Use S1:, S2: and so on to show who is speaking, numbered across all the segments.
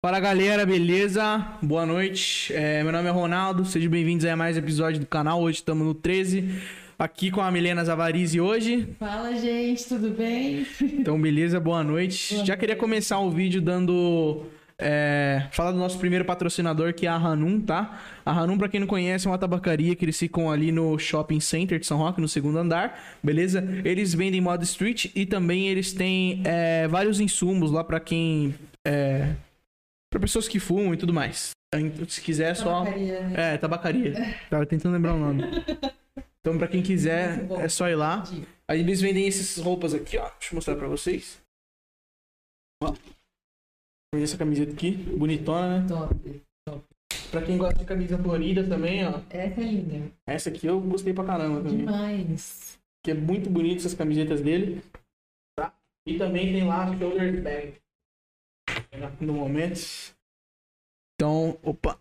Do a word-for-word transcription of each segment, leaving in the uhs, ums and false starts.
S1: Fala galera, beleza? Boa noite, é, meu nome é Ronaldo, sejam bem-vindos a mais um episódio do canal. Hoje estamos no treze, aqui com a Milena Zavarizi hoje.
S2: Fala gente, tudo bem?
S1: Então beleza, boa noite.
S2: Boa
S1: Já queria
S2: noite.
S1: começar o vídeo dando... É, falar do nosso primeiro patrocinador, que é a Hanum, tá? A Hanum, pra quem não conhece, é uma tabacaria que eles ficam ali no Shopping Center de São Roque, no segundo andar, beleza? Eles vendem moda street e também eles têm é, vários insumos lá pra quem... É, pra pessoas que fumam e tudo mais. Então, se quiser, é só...
S2: Tabacaria, né?
S1: É, tabacaria. Tava tentando lembrar o nome. Então, pra quem quiser,
S2: Muito bom.
S1: é só ir lá.
S2: Diga.
S1: Aí eles vendem essas roupas aqui, ó. Deixa eu mostrar pra vocês. Ó. Vem essa camiseta aqui, bonitona, né?
S2: Top.
S1: Pra quem gosta de camisa florida também, ó.
S2: Essa é linda.
S1: Essa aqui eu gostei pra caramba também.
S2: Demais.
S1: Que é muito bonito essas camisetas dele. Tá? E também tem lá a shoulder bag. No momento. Então, opa.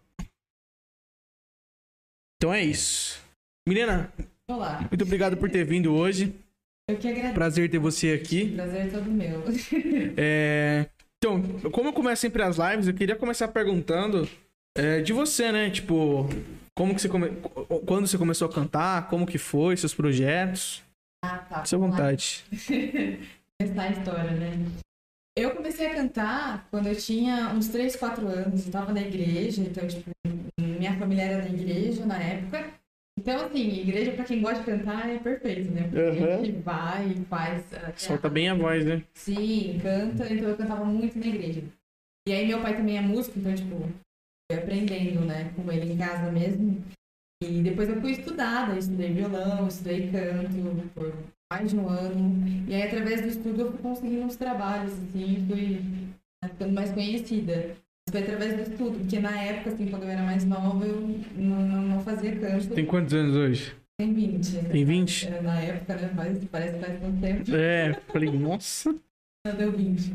S1: Então é isso. Milena,
S2: Olá.
S1: muito obrigado por ter vindo hoje.
S2: Eu que agradeço.
S1: Prazer ter você aqui.
S2: Prazer é todo meu.
S1: É... Então, como eu começo sempre as lives, eu queria começar perguntando é, de você, né? Tipo, como que você come... quando você começou a cantar, como que foi, seus projetos.
S2: Ah, tá.
S1: Fique à
S2: Vamos lá.
S1: vontade.
S2: Começar a história, né? Eu comecei a cantar quando eu tinha uns três, quatro anos. Eu tava na igreja, então, tipo, minha família era da igreja na época. Então, assim, igreja pra quem gosta de cantar é perfeito, né? Porque
S1: Uhum.
S2: a gente vai e faz... ah,
S1: Solta bem a voz, né?
S2: Sim, canta, então eu cantava muito na igreja. E aí meu pai também é músico, então, tipo, fui aprendendo, né, com ele em casa mesmo. E depois eu fui estudar, daí estudei violão, estudei canto por mais de um ano. E aí, através do estudo, eu fui conseguindo uns trabalhos, assim, fui né, ficando mais conhecida. Mas foi através do estudo, porque na época, assim, quando eu era mais nova, eu não, não, não fazia canto.
S1: Tem quantos anos hoje?
S2: Tem vinte.
S1: Tem vinte?
S2: Era na época, né, faz, parece que faz tanto tempo.
S1: É, falei, nossa.
S2: Já deu vinte.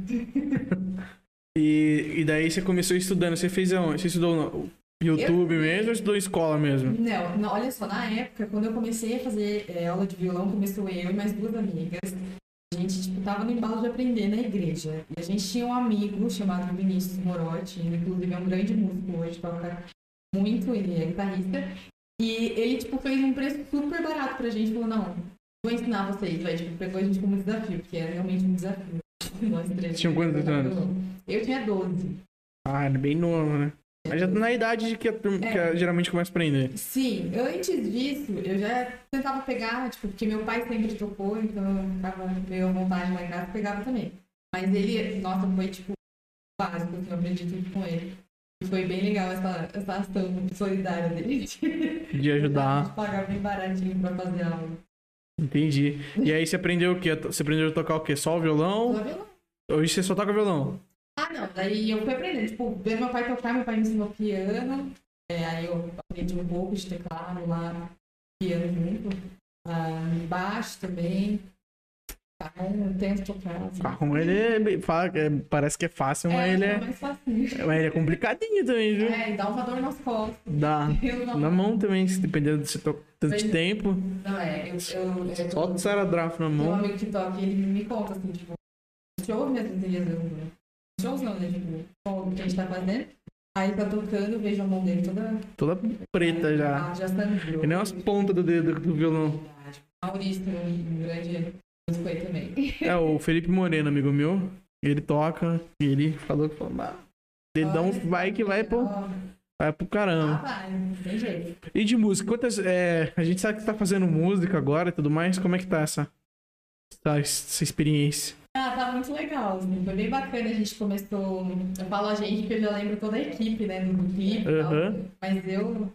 S1: E, e daí você começou estudando, você fez aonde? Você estudou no YouTube
S2: Eu-
S1: mesmo ou estudou em escola mesmo?
S2: Não, não, olha só, na época, quando eu comecei a fazer é, aula de violão, começou eu e mais duas amigas. A gente, tipo, tava no embalo de aprender na igreja. E a gente tinha um amigo chamado Vinícius Morotti, ele, inclusive é um grande músico hoje, toca muito, ele é guitarrista. E ele, tipo, fez um preço super barato pra gente, falou, não, vou ensinar vocês, vai, tipo, pegou a gente como desafio, porque era realmente um desafio. Nós três.
S1: Tinham quantos anos?
S2: Eu tinha doze.
S1: Ah, era bem novo, né? Mas já tá na idade de que, a turma- que a- geralmente começa a aprender.
S2: Sim, antes disso, eu já tentava pegar, tipo, porque meu pai sempre tocou, então eu ficava meio à vontade lá em casa, pegava também. Mas ele, nossa, foi, tipo, básico, assim, eu aprendi tudo com ele. E foi bem legal essa, essa ação solidária dele.
S1: De ajudar.
S2: De pagar bem baratinho pra fazer aula.
S1: Entendi. E aí você aprendeu o quê? Você aprendeu a tocar o quê? Só o violão?
S2: Só violão.
S1: Hoje você só toca violão?
S2: Ah, não, daí eu fui aprendendo, tipo, vendo meu pai tocar, meu pai me ensinou piano, é, aí eu aprendi um pouco de teclado lá, piano junto, ah, baixo também, carrom, eu tento tocar. Assim.
S1: Carrom, ele é, bem- fala, que é- parece que é fácil, mas
S2: É,
S1: ele
S2: é
S1: é,
S2: mais facinho.
S1: mas ele é complicadinho também, viu?
S2: É, e dá uma dor nas costas.
S1: Dá.
S2: Eu não-
S1: Na mão também, se dependendo de você tocar tanto
S2: Mas-
S1: tempo.
S2: Não, é, eu... eu, eu
S1: Só o saradrafo na
S2: Tem um
S1: mão.
S2: amigo que toca e ele me conta, assim, tipo, show mesmo, tem vezes, shows não, né, tipo, o que a gente tá fazendo, aí tá tocando, eu vejo a mão dele toda...
S1: Toda preta já.
S2: Ah, já sangrou.
S1: Que nem umas pontas do dedo do violão.
S2: Maurício, um grande músico aí também.
S1: É, o Felipe Moreno, amigo meu. Ele toca e ele falou que falou, "Ah, dedão vai que vai pro, vai pro
S2: Ah,
S1: caramba."
S2: vai, não tem jeito.
S1: E de música, quantas. É, a gente sabe que você tá fazendo música agora e tudo mais. Como é que tá essa, essa, essa experiência?
S2: Ah, tá muito legal, assim, foi bem bacana, a gente começou, eu falo a gente porque eu já lembro toda a equipe, né, do clipe e tal,
S1: Aham.
S2: mas eu...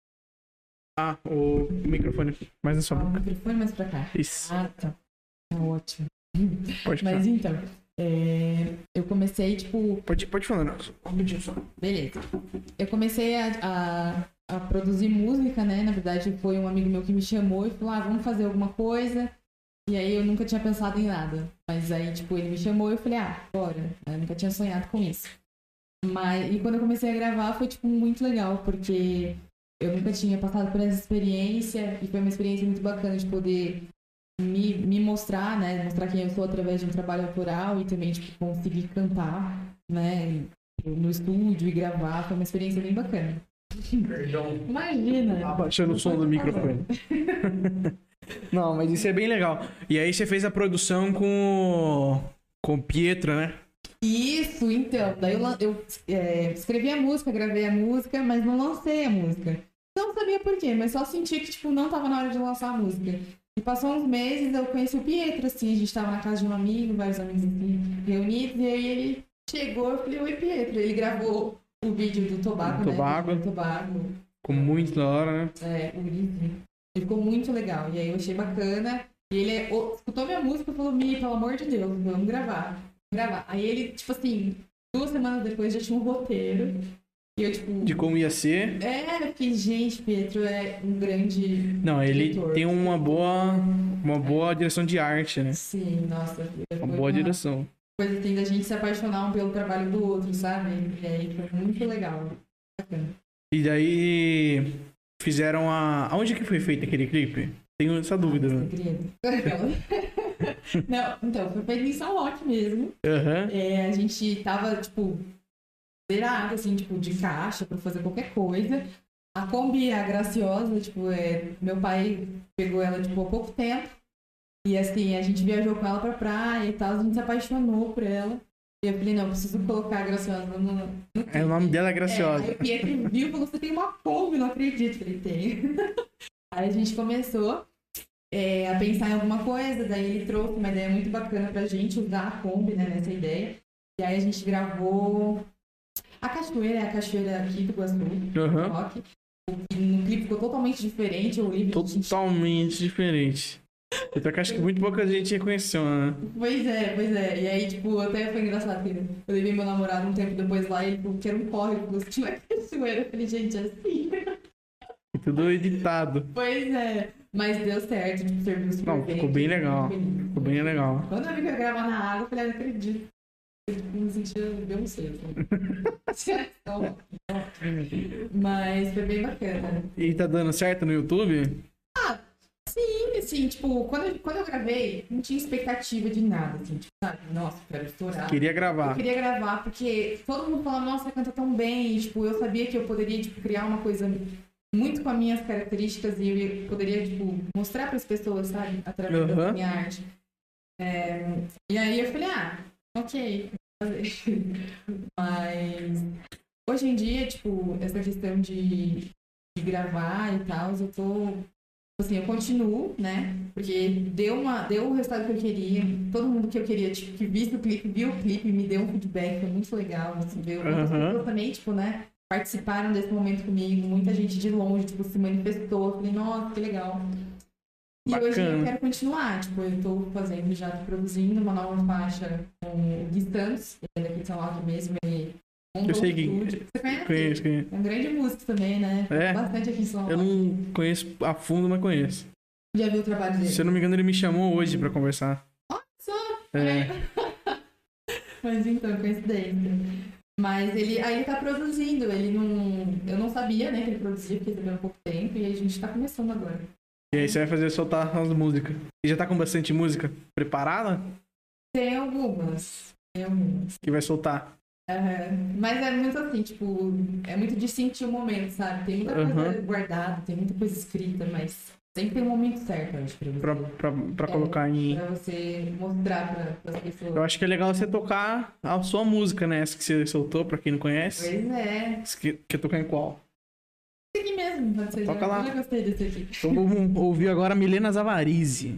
S1: Ah, o microfone mais na sua
S2: Ah, o
S1: boca.
S2: microfone mais pra cá.
S1: Isso.
S2: Ah, tá. Tá ótimo.
S1: Pode
S2: Mas
S1: falar.
S2: então, é, eu comecei, tipo,
S1: Pode, pode falar, não. Um minutinho só.
S2: beleza. Eu comecei a, a, a produzir música, né? Na verdade, foi um amigo meu que me chamou e falou, ah, vamos fazer alguma coisa. E aí eu nunca tinha pensado em nada. Mas aí, tipo, ele me chamou e eu falei, ah, bora. Eu nunca tinha sonhado com isso. Mas, e quando eu comecei a gravar foi, tipo, muito legal, porque eu nunca tinha passado por essa experiência e foi uma experiência muito bacana de poder me, me mostrar, né? Mostrar quem eu sou através de um trabalho autoral e também, tipo, conseguir cantar, né? no estúdio e gravar. Foi uma experiência bem bacana.
S1: Perdão.
S2: Imagina.
S1: Abaixando o som do microfone. Não, mas isso é bem legal. E aí você fez a produção com, com o Pietro, né?
S2: Isso, então. Daí eu, lan- eu é, escrevi a música, gravei a música, mas não lancei a música. Não sabia por quê, mas só senti que, tipo, não tava na hora de lançar a música. E passou uns meses, eu conheci o Pietro, assim, a gente tava na casa de um amigo, vários amigos, assim, reunidos, e aí ele chegou, eu falei, oi, Pietro. Ele gravou o vídeo do Tobago,
S1: Do
S2: né?
S1: Tobago.
S2: Do Tobago.
S1: Ficou muito da hora, né?
S2: É, o Livre. Ele ficou muito legal. E aí eu achei bacana. E ele é- o- escutou minha música e falou, Mi, pelo amor de Deus, vamos gravar. Vamos gravar. Aí ele, tipo assim, duas semanas depois já tinha um roteiro. E eu, tipo.
S1: De como ia ser.
S2: É, eu fiquei, gente, Pietro é um grande.
S1: Não, ele
S2: diretor.
S1: tem uma boa, uma boa direção de arte, né?
S2: Sim, nossa.
S1: Uma
S2: foi
S1: boa direção.
S2: coisa assim da gente se apaixonar um pelo trabalho do outro, sabe? E aí foi muito legal. Bacana.
S1: E daí fizeram a... Aonde que foi feito aquele clipe? Tenho essa dúvida, né?
S2: Segredo. Não, então, foi feito em São Roque mesmo.
S1: Aham.
S2: É, a gente tava, tipo, zerado, assim, tipo, de caixa pra fazer qualquer coisa. A Kombi, a Graciosa, tipo, é, meu pai pegou ela, tipo, há pouco tempo. E, assim, a gente viajou com ela pra praia e tal, a gente se apaixonou por ela. E eu falei, não, eu preciso colocar a Graciosa no... no
S1: É, o nome dela é
S2: É,
S1: Graciosa.
S2: aí o Pietro viu e falou, você tem uma Kombi, não acredito que ele tem. Aí a gente começou é, a pensar em alguma coisa, daí ele trouxe uma ideia muito bacana pra gente usar a Kombi, né, nessa ideia. E aí a gente gravou a cachoeira, é a cachoeira aqui do Iguaçu,
S1: Aham.
S2: rock. E no clipe ficou totalmente diferente, o livro...
S1: Totalmente diferente. Eu tô- acho que muito pouca gente reconheceu, né?
S2: Pois é, pois é. E aí, tipo, até foi engraçado, porque eu levei meu namorado um tempo depois lá e ele falou que era um córrego, falou que tinha uma cachoeira. Eu falei, gente, é assim.
S1: E tudo editado.
S2: Pois é. Mas deu certo, tipo, serviu super
S1: Não,
S2: bem.
S1: ficou bem legal.
S2: Fiquei feliz.
S1: Ficou bem legal.
S2: Quando eu vi que eu ia gravar na água, eu falei, ah, não acredito. Eu tipo, me sentia bem cedo. Então, mas foi bem bacana.
S1: E tá dando certo no YouTube?
S2: Sim, assim, tipo, quando eu, quando eu gravei, não tinha expectativa de nada, assim, tipo, sabe? Nossa, quero estourar.
S1: Queria
S2: Eu
S1: gravar.
S2: queria gravar, porque todo mundo falava, nossa, você canta tão bem, e, tipo, eu sabia que eu poderia, tipo, criar uma coisa muito com as minhas características e eu poderia, tipo, mostrar para as pessoas, sabe? Através da
S1: Aham.
S2: minha arte. É, e aí eu falei, ah, ok, vou fazer. Mas hoje em dia, tipo, essa questão de, de gravar e tal, eu tô... Assim, eu continuo, né? Porque deu, uma, deu o resultado que eu queria. Todo mundo que eu queria, tipo, que visse o clipe, viu o clipe, me deu um feedback, foi muito legal. Assim, ver muitas
S1: Aham.
S2: pessoas também, tipo, né? Participaram desse momento comigo. Muita gente de longe, tipo, se manifestou. Eu falei, nossa, que legal. E hoje eu
S1: Bacana.
S2: quero continuar. Tipo, eu tô fazendo, já tô produzindo uma nova faixa com o Gui Santos, ele é daqui de São Paulo mesmo. Ele montou
S1: Eu sei
S2: um
S1: que-
S2: estúdio. Você conhece?
S1: Conheço, conheço.
S2: É um grande músico também, né?
S1: É?
S2: Bastante aqui em São
S1: Eu
S2: Paulo.
S1: não conheço a fundo, mas conheço.
S2: Já viu o trabalho dele?
S1: Se eu não me engano, ele me chamou hoje pra conversar.
S2: Só.
S1: É.
S2: Mas então, coincidência. Mas ele, aí ele tá produzindo, ele não... Eu não sabia, né, que ele produzia, porque ele há pouco tempo, e a gente tá começando agora.
S1: E aí você vai fazer soltar as músicas. E já tá com bastante música preparada?
S2: Tem algumas, tem algumas.
S1: Que vai soltar.
S2: Aham. Mas é muito assim, tipo, é muito de sentir o momento, sabe? Tem muita coisa
S1: Aham.
S2: guardada, tem muita coisa escrita, mas sempre tem um momento certo, eu acho, pra você.
S1: Pra, pra, pra
S2: É.
S1: colocar em...
S2: Pra você mostrar pra, pras pessoas.
S1: Eu acho que é legal você tocar a sua música, né? Essa que você soltou, pra quem não conhece.
S2: Pois é.
S1: Você quer, quer tocar em qual?
S2: Esse aqui mesmo, pode ser.
S1: Toca lá.
S2: Eu gostei desse aqui.
S1: Então vamos ouvir agora a Milena Zavarizi.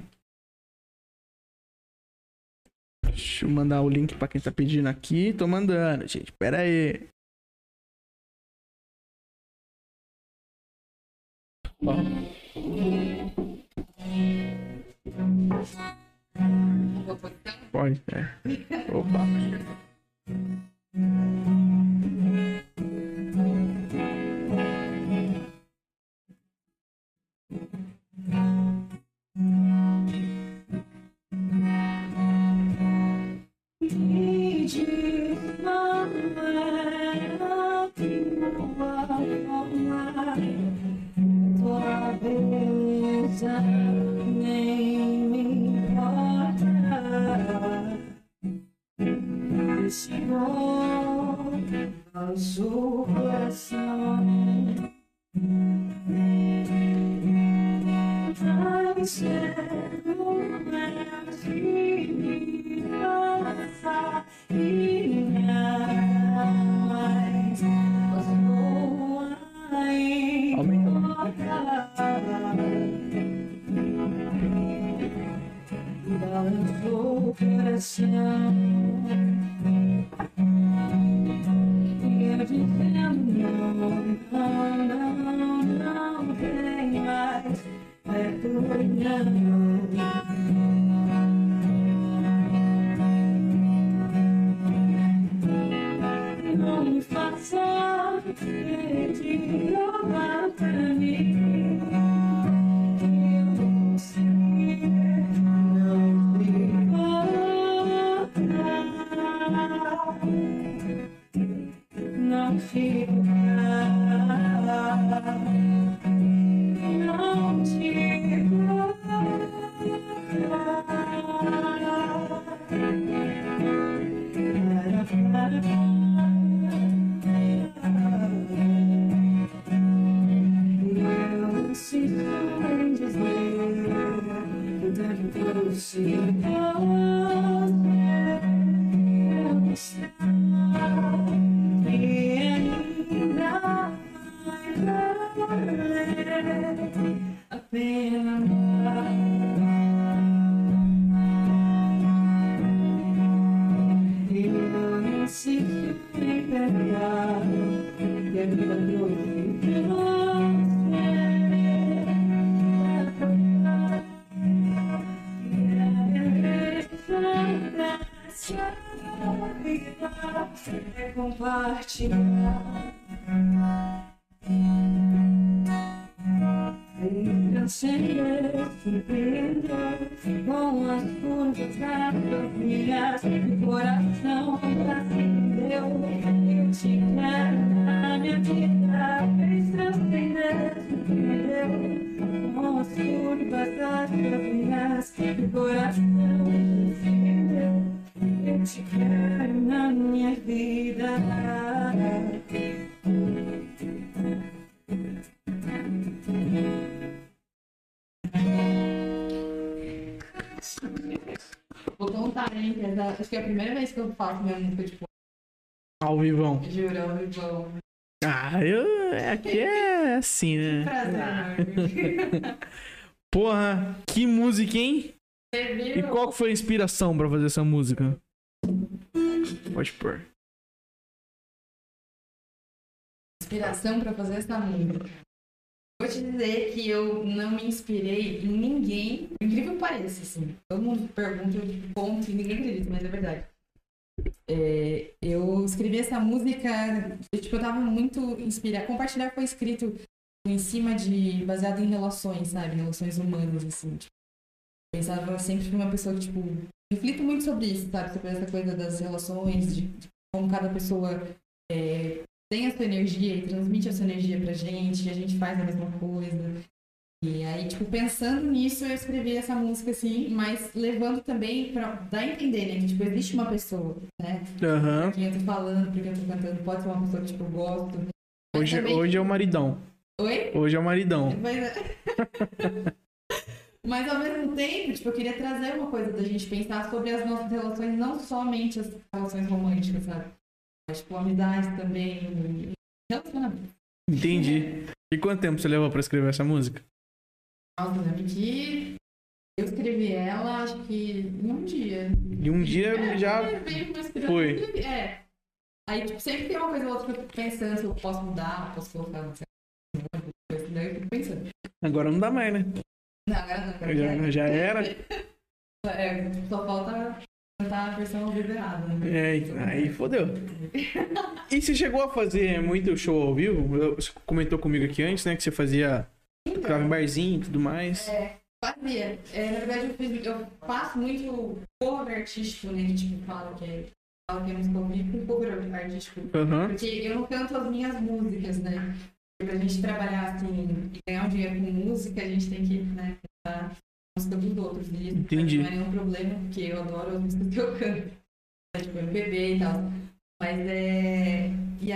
S1: Deixa eu mandar o link pra quem tá pedindo aqui. Tô mandando, gente. Pera aí. Ó.
S2: Vou botar.
S1: Pode, é. Opa.
S2: Tua beleza nem me importa. Esse amor Nosso coração vai ser uma criança e mais vou importar. Balançou o coração e eu dizendo não, não, não, não tem mais, é por não. Não me faça pedir olhar pra mim, que eu não sei, não me importa, não fica, não te eu insisto em dizer que deve torcer você e ainda vai valer a pena amar. Eu insisto em pegar que a vida trouxe pra você e a beleza dessa vida é compartilhar. Acender, surpreender com as curvas das minhas, meu coração acendeu. Eu te quero na minha vida, fez transcender, surpreendeu com as curvas das minhas, meu coração acendeu. Eu te quero na minha vida. Vou contar, hein? Acho que é a primeira vez que eu faço minha música, tipo,
S1: Ao vivão.
S2: juro, ao vivão.
S1: Ah, eu... aqui é assim, né?
S2: Prazer.
S1: Porra, que música, hein?
S2: Você viu?
S1: E qual que foi a inspiração pra fazer essa música? Pode pôr.
S2: Inspiração pra fazer essa música. Vou te dizer que eu não me inspirei em ninguém, incrível que pareça, assim. Todo mundo pergunta, eu conto e ninguém acredita, mas é verdade. É, eu escrevi essa música, eu, tipo, eu tava muito inspirada. Compartilhar foi escrito em cima de, baseado em relações, sabe? Relações humanas, assim. Tipo, pensava sempre em uma pessoa que, tipo, reflito muito sobre isso, sabe? Sobre essa coisa das relações, de, de como cada pessoa é, tem a sua energia e transmite a sua energia pra gente, e a gente faz a mesma coisa. E aí, tipo, pensando nisso, eu escrevi essa música, assim, mas levando também pra dar a entender, né? Que, tipo, existe uma pessoa, né?
S1: Aham.
S2: Pra quem eu tô falando, pra quem eu tô cantando, pode ser uma pessoa que, tipo, eu gosto. Mas
S1: Hoje,
S2: também-
S1: hoje é o maridão.
S2: Oi?
S1: Hoje é o maridão.
S2: Mas, mas ao mesmo tempo, tipo, eu queria trazer uma coisa da gente pensar sobre as nossas relações, não somente as relações românticas, sabe? Mas, tipo, amizades também, e relacionamento.
S1: Entendi. E quanto tempo você levou pra escrever essa música?
S2: Nossa, eu lembro que eu escrevi ela, acho que em um dia.
S1: E um dia
S2: É,
S1: já
S2: veio uma inspiração,
S1: foi.
S2: eu escrevi, É. Aí, tipo, sempre tem uma coisa ou outra que eu fico pensando se eu posso mudar, posso colocar, não sei, coisa, daí eu fico pensando.
S1: Agora não dá mais, né?
S2: Não, agora não, agora
S1: Já, já era.
S2: É, só falta cantar a versão liberada, né?
S1: É, aí fodeu. E você chegou a fazer muito show ao vivo? Eu- Você comentou comigo aqui antes, né? Que você fazia. Ficava em barzinho e tudo mais.
S2: É, fazia. É, na verdade, eu, fiz, eu faço muito cover artístico, né? Que tipo, fala que é, fala que é música ao vivo com cover artístico.
S1: Aham.
S2: Porque eu não canto as minhas músicas, né? Pra gente trabalhar assim e ganhar um dinheiro com música, a gente tem que, né, cantar a música dos outros. E isso
S1: Entendi.
S2: não é nenhum problema, porque eu adoro as músicas que eu canto. Né, tipo, M P B e tal. Mas é. E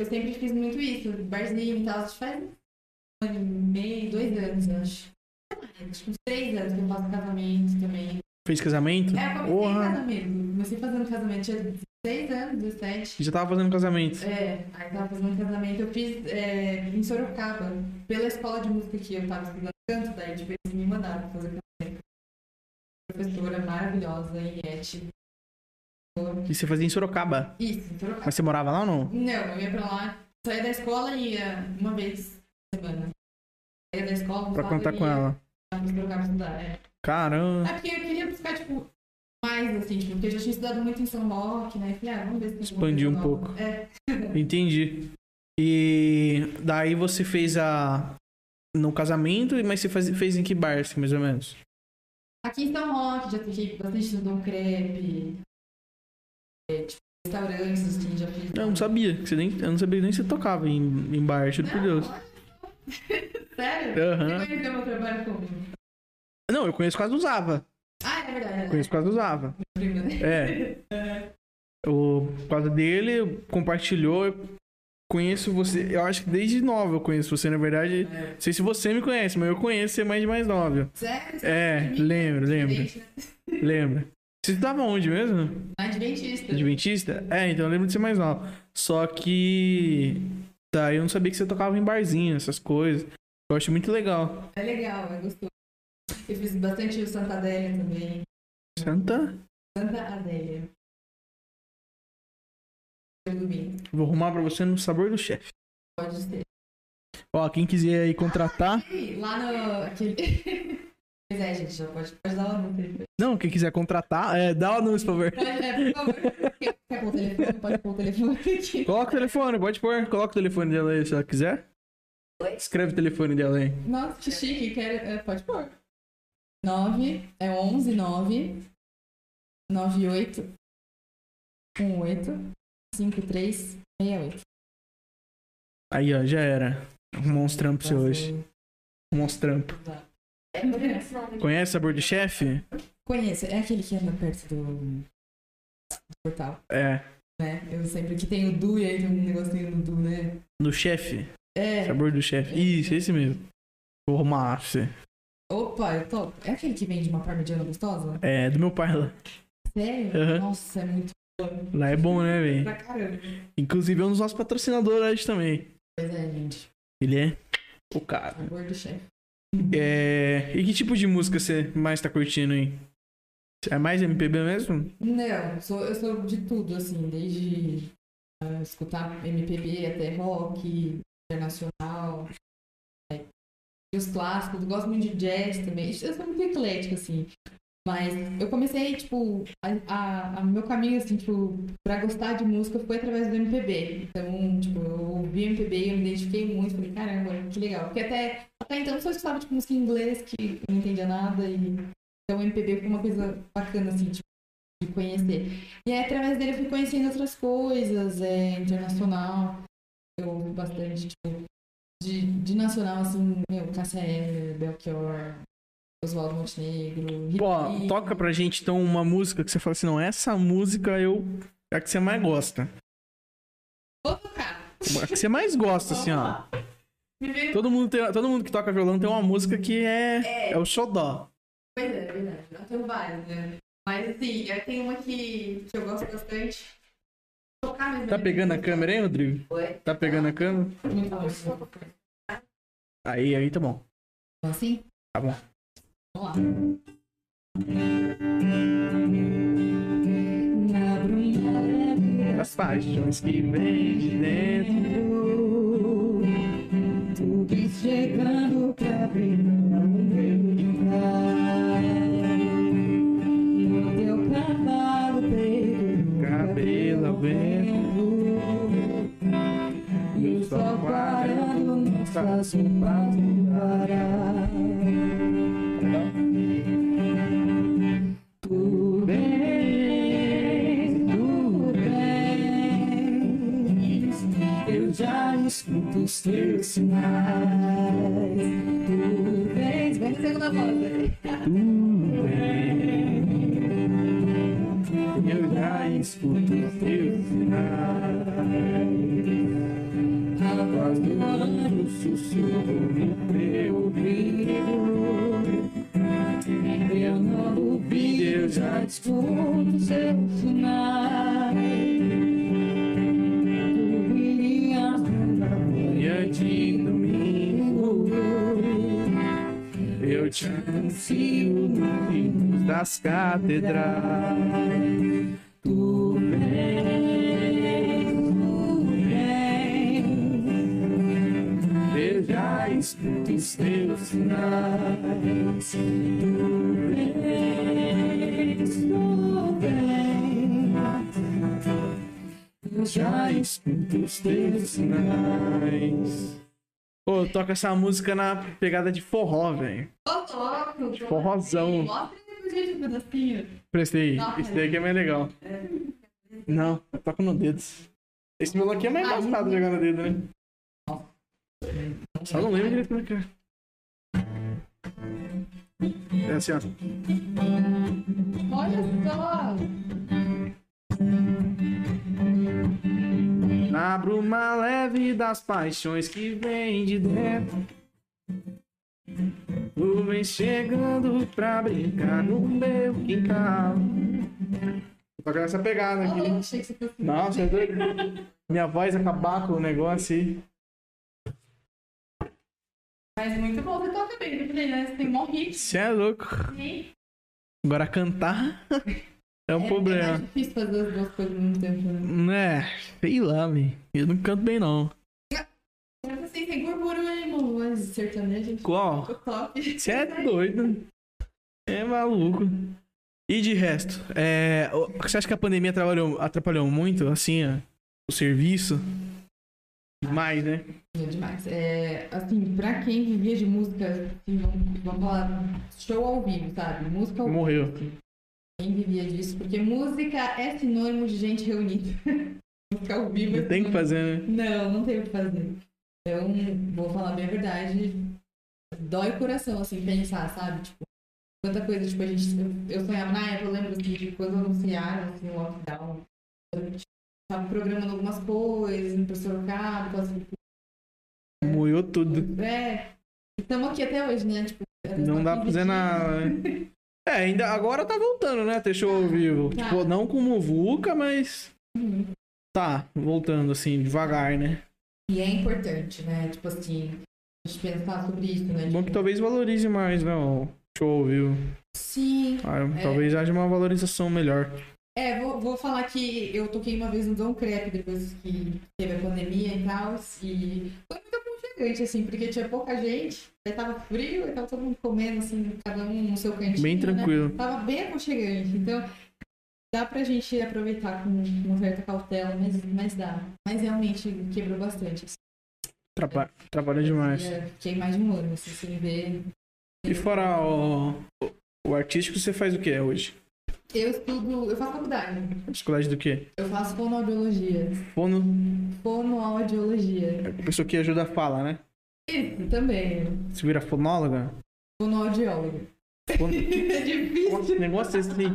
S2: sempre fiz muito isso, barzinho e tal. Acho que faz um ano e meio, dois anos, eu acho. Acho que uns três anos que eu faço casamento também.
S1: Fez casamento?
S2: É, eu comecei
S1: Porra.
S2: em casamento. Comecei fazendo casamento, tinha dezesseis anos, dezessete.
S1: Já tava fazendo casamento.
S2: É, aí tava fazendo casamento. Eu fiz é, em Sorocaba, pela escola de música que eu tava estudando canto, daí tipo, eles me mandaram fazer casamento. Professora maravilhosa, Iete.
S1: E você fazia em Sorocaba?
S2: Isso, em Sorocaba.
S1: Mas você morava lá ou não?
S2: Não, eu ia pra lá, saía da escola e ia uma vez por semana. Saía da escola,
S1: Pra contar com ela.
S2: Pra Sorocaba estudar, é.
S1: Caramba.
S2: É porque eu queria buscar, tipo, mais, assim, tipo, porque eu já tinha estudado muito em São Roque, né? E falei, ah, vamos ver se tem
S1: Expandir um
S2: alguma coisa
S1: pouco.
S2: nova. É.
S1: Entendi. E daí você fez a... no casamento, mas você faz... fez em que bar, assim, mais ou menos?
S2: Aqui em São Roque, já fiquei bastante no Dom Crepe, é, tipo, restaurantes, assim, já fiz.
S1: Não, eu não sabia. que Você nem... Eu não sabia nem que você tocava em, em bar, juro por Deus.
S2: Sério?
S1: Aham.
S2: Você conheceu meu trabalho como?
S1: Não, eu conheço quase usava.
S2: Ah, é verdade. É.
S1: Conheço quase usava.
S2: Prima, né?
S1: É. O, por causa dele, compartilhou. Eu conheço você. Eu acho que desde nova eu conheço você, na verdade.
S2: É.
S1: Não sei se você me conhece, mas eu conheço você mais de mais nova.
S2: Sério?
S1: É,
S2: Você
S1: lembro, lembro.
S2: Diferente, né?
S1: Lembra? Você estudava onde mesmo?
S2: Adventista.
S1: Adventista? É, então eu lembro de ser mais nova. Só que. Tá, eu não sabia que você tocava em barzinho, essas coisas. Eu acho muito legal.
S2: É legal, é gostoso. Eu fiz bastante o Santa Adélia também.
S1: Santa?
S2: Santa Adélia. Domingo.
S1: Vou arrumar pra você no Sabor do Chefe.
S2: Pode ser.
S1: Ó, quem quiser aí contratar.
S2: Ah, lá no. Aquele... Pois é, gente, já pode, pode dar o anúncio.
S1: Não, quem quiser contratar, é, dá o anúncio, por favor.
S2: É, por favor. Quer, quer pôr o telefone? Pode pôr o telefone aqui.
S1: Coloca o telefone, pode pôr. Coloca o telefone dela aí, se ela quiser.
S2: Oi?
S1: Escreve o telefone dela aí.
S2: Nossa, que chique. Quero, é, pode pôr. nove é onze nove nove oito um oito cinco três seis oito.
S1: Aí, ó, já era. Arrumou uns trampos pra você hoje. Arrumou uns trampos. Conhece Sabor do Chefe?
S2: Conheço, é aquele que anda perto do, do portal,
S1: É.
S2: né? Eu sempre que tem o Du e aí tem um negocinho no Du, né?
S1: No Chefe?
S2: É.
S1: Sabor do Chefe. Isso, esse mesmo. Vou arrumar pra você.
S2: Opa, eu tô. É aquele que vende uma parmegiana gostosa?
S1: É, do meu pai lá.
S2: Sério?
S1: Uhum.
S2: Nossa, é muito bom.
S1: Lá é bom, né, velho?
S2: Pra caramba.
S1: Inclusive é um dos nossos patrocinadores hoje também.
S2: Pois é, gente.
S1: Ele é o cara.
S2: Sabor do chefe.
S1: É... E que tipo de música você mais tá curtindo aí? É mais M P B mesmo?
S2: Não, sou, eu sou de tudo, assim, desde uh, escutar M P B até rock, internacional, é, e os clássicos, eu gosto muito de jazz também. Eu sou muito eclética, assim. Mas eu comecei, tipo, a, a, a meu caminho, assim, tipo, pra gostar de música foi através do M P B. Então, tipo, eu ouvi M P B, eu me identifiquei muito, falei, caramba, que legal. Porque até, até então eu só escutava, tipo, música em inglês, que eu não entendia nada, e então o M P B foi uma coisa bacana, assim, tipo, de conhecer. E aí, através dele eu fui conhecendo outras coisas, é, internacional. Eu ouvi bastante, tipo, de, de nacional, assim, meu, Cássia Eller, Belchior, Oswaldo Montenegro.
S1: Ó,
S2: Rick.
S1: toca pra gente então uma música que você fala assim, não, essa música eu... é a que você mais gosta.
S2: Vou tocar.
S1: A que você mais gosta, assim, ó.
S2: Me veio...
S1: Todo mundo, tem, todo mundo que toca violão tem uma música que é, é. é o xodó.
S2: Pois é, é verdade. Eu tenho várias, né? Mas assim, eu tenho uma que, que eu gosto bastante. Tocar mesmo.
S1: Tá pegando a câmera aí, Rodrigo?
S2: Oi?
S1: Tá pegando a câmera?
S2: Muito bom.
S1: Aí, aí tá bom.
S2: Assim?
S1: Tá bom.
S2: Vamos lá. Na bruma
S1: As paixões que vêm de dentro,
S2: tudo chegando pra brilhar no meu lugar. No teu cavalo peito,
S1: cabelo ao vento,
S2: e o sol parando não faz um passo parar. Tudo bem, tudo bem, eu já escuto os teus sinais. Tudo bem, vem na segunda voz.
S1: tudo bem. Eu já escuto os teus sinais. fazendo sussurro no teu ouvido. Eu não duvido, eu já escuto seus sinais. Tu virias na manhã de domingo. Eu te anuncio nos hinos das catedrais. Tu vens, tu vens. Eu já escuto os teus sinais. Tu vens, tu vens. Eu já escuto os teus sinais. Pô, oh, toca essa música na pegada de forró, velho.
S2: Ô, louco!
S1: De forrozão.
S2: Mostra aí pro gente um pedacinho.
S1: Prestei.
S2: Nossa,
S1: Esse daí que é mais legal.
S2: É.
S1: Não, eu toco no dedo. Esse meu aqui é mais
S2: Ai,
S1: embaçado de jogar no dedo, né? Só não lembro direito como é que é. É assim, ó.
S2: Olha só!
S1: Na bruma leve das paixões que vem de dentro, tu vem chegando pra brincar no meu quintal. Tô com essa pegada aqui.
S2: Oh, achei que você fosse...
S1: Nossa, é doido. Minha voz acabar com o negócio aí.
S2: Mas muito bom, você toca bem, eu falei, né? Você tem mó hit.
S1: Você é louco.
S2: Sim.
S1: Agora cantar é um
S2: É,
S1: problema.
S2: é mais difícil fazer as duas coisas ao mesmo tempo, né?
S1: É, sei lá, velho. Eu não canto bem, não.
S2: Mas assim, tem gordura aí, irmão, mas sertanejo.
S1: Qual?
S2: O top.
S1: Você é doido. É maluco. E de resto, é, você acha que a pandemia atrapalhou, atrapalhou muito, assim, ó, o serviço? Demais, né?
S2: É demais. É, assim, pra quem vivia de música, assim, vamos, vamos falar, show ao vivo, sabe? Música ao
S1: Morreu.
S2: vivo. Assim. Quem vivia disso, porque música é sinônimo de gente reunida. Música ao vivo é
S1: Não tem o que fazer, né?
S2: Não, não tem o que fazer. Então, vou falar bem a verdade, dói o coração, assim, pensar, sabe? Tipo, quanta coisa, tipo, a gente... Eu sonhava na época, eu lembro, assim, de quando anunciaram, assim, o lockdown. Eu tava programando algumas coisas, indo pra Sorocaba, por causa do...
S1: Moiou tudo.
S2: É, estamos aqui até hoje, né? Tipo,
S1: Não dá pra fazer nada, né? É, ainda agora tá voltando, né? Ter show ao vivo.
S2: Tá.
S1: Tipo, não como Vuca, mas...
S2: Uhum.
S1: Tá, voltando, assim, devagar, né?
S2: E é importante, né? Tipo assim, a gente pensar sobre isso, né?
S1: Bom
S2: Tipo,
S1: que talvez valorize mais, né? O show ao vivo.
S2: sim.
S1: Ah,
S2: É.
S1: talvez haja uma valorização melhor.
S2: É, vou, vou falar que eu toquei uma vez no Dom Crepe depois que teve a pandemia e tal, e foi muito aconchegante, assim, porque tinha pouca gente, aí tava frio, aí tava todo mundo comendo, assim, cada um no seu cantinho,
S1: Bem tranquilo.
S2: né? Tava bem aconchegante, então dá pra gente aproveitar com uma certa cautela, mas, mas dá. Mas realmente quebrou bastante, assim.
S1: Traba- Trabalha demais.
S2: Eu Fiquei mais de um ano, assim, sem ver.
S1: E fora o, o, o artístico, você faz o que hoje?
S2: Eu estudo, eu faço faculdade,
S1: Faculdade do quê?
S2: eu faço fonoaudiologia.
S1: Fono.
S2: Fonoaudiologia.
S1: A pessoa que ajuda a falar, né?
S2: Isso, também.
S1: Você vira fonóloga?
S2: Fonoaudióloga.
S1: Fono...
S2: É difícil.
S1: Nossa, esse negócio é assim.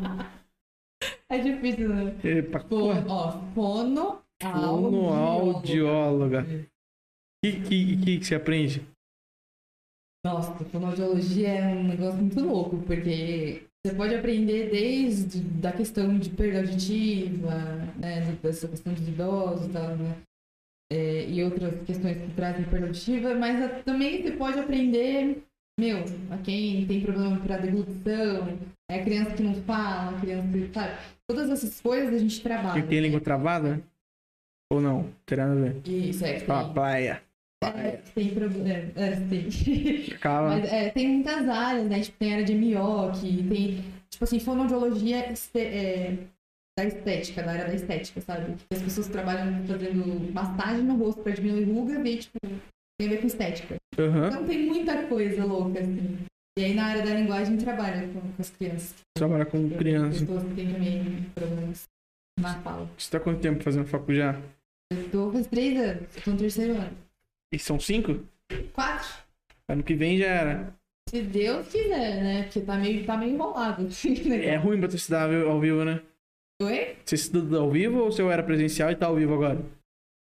S2: É difícil, né?
S1: Epa,
S2: Fono, ó, fono,
S1: fonoaudióloga. O que, que, que, que você aprende?
S2: Nossa, fonoaudiologia é um negócio muito louco, porque você pode aprender desde da questão de perda auditiva, né, dessa questão dos idosos e tal, né, é, e outras questões que trazem perda auditiva, mas a, também você pode aprender, meu, a quem tem problema para deglutição, é a criança que não fala, a criança que, sabe, todas essas coisas a gente trabalha.
S1: Que tem língua travada? Ou não? Não tem nada a ver.
S2: Isso, é que
S1: Ah,
S2: tem.
S1: praia.
S2: É, tem problema. É, é, tem.
S1: Calma.
S2: Mas, é, tem muitas áreas, né? Tipo, tem área de M I O C, tem, tipo assim, fonoaudiologia este- é, da estética, da área da estética, sabe? As pessoas trabalham fazendo massagem no rosto pra diminuir rugas e, tipo, tem a ver com estética.
S1: Aham.
S2: Então tem muita coisa louca, assim. E aí na área da linguagem trabalha com, com as crianças.
S1: Trabalha com criança.
S2: Pessoas que têm também problemas na fala.
S1: Você tá quanto tempo fazendo facu já?
S2: Eu tô faz três anos, eu tô no terceiro ano.
S1: E são cinco?
S2: Quatro.
S1: Ano que vem já era.
S2: Se Deus quiser, né? Porque tá meio, tá meio enrolado.
S1: É ruim pra tu estudar ao vivo, né?
S2: Oi?
S1: Você estuda ao vivo ou você era presencial e tá ao vivo agora?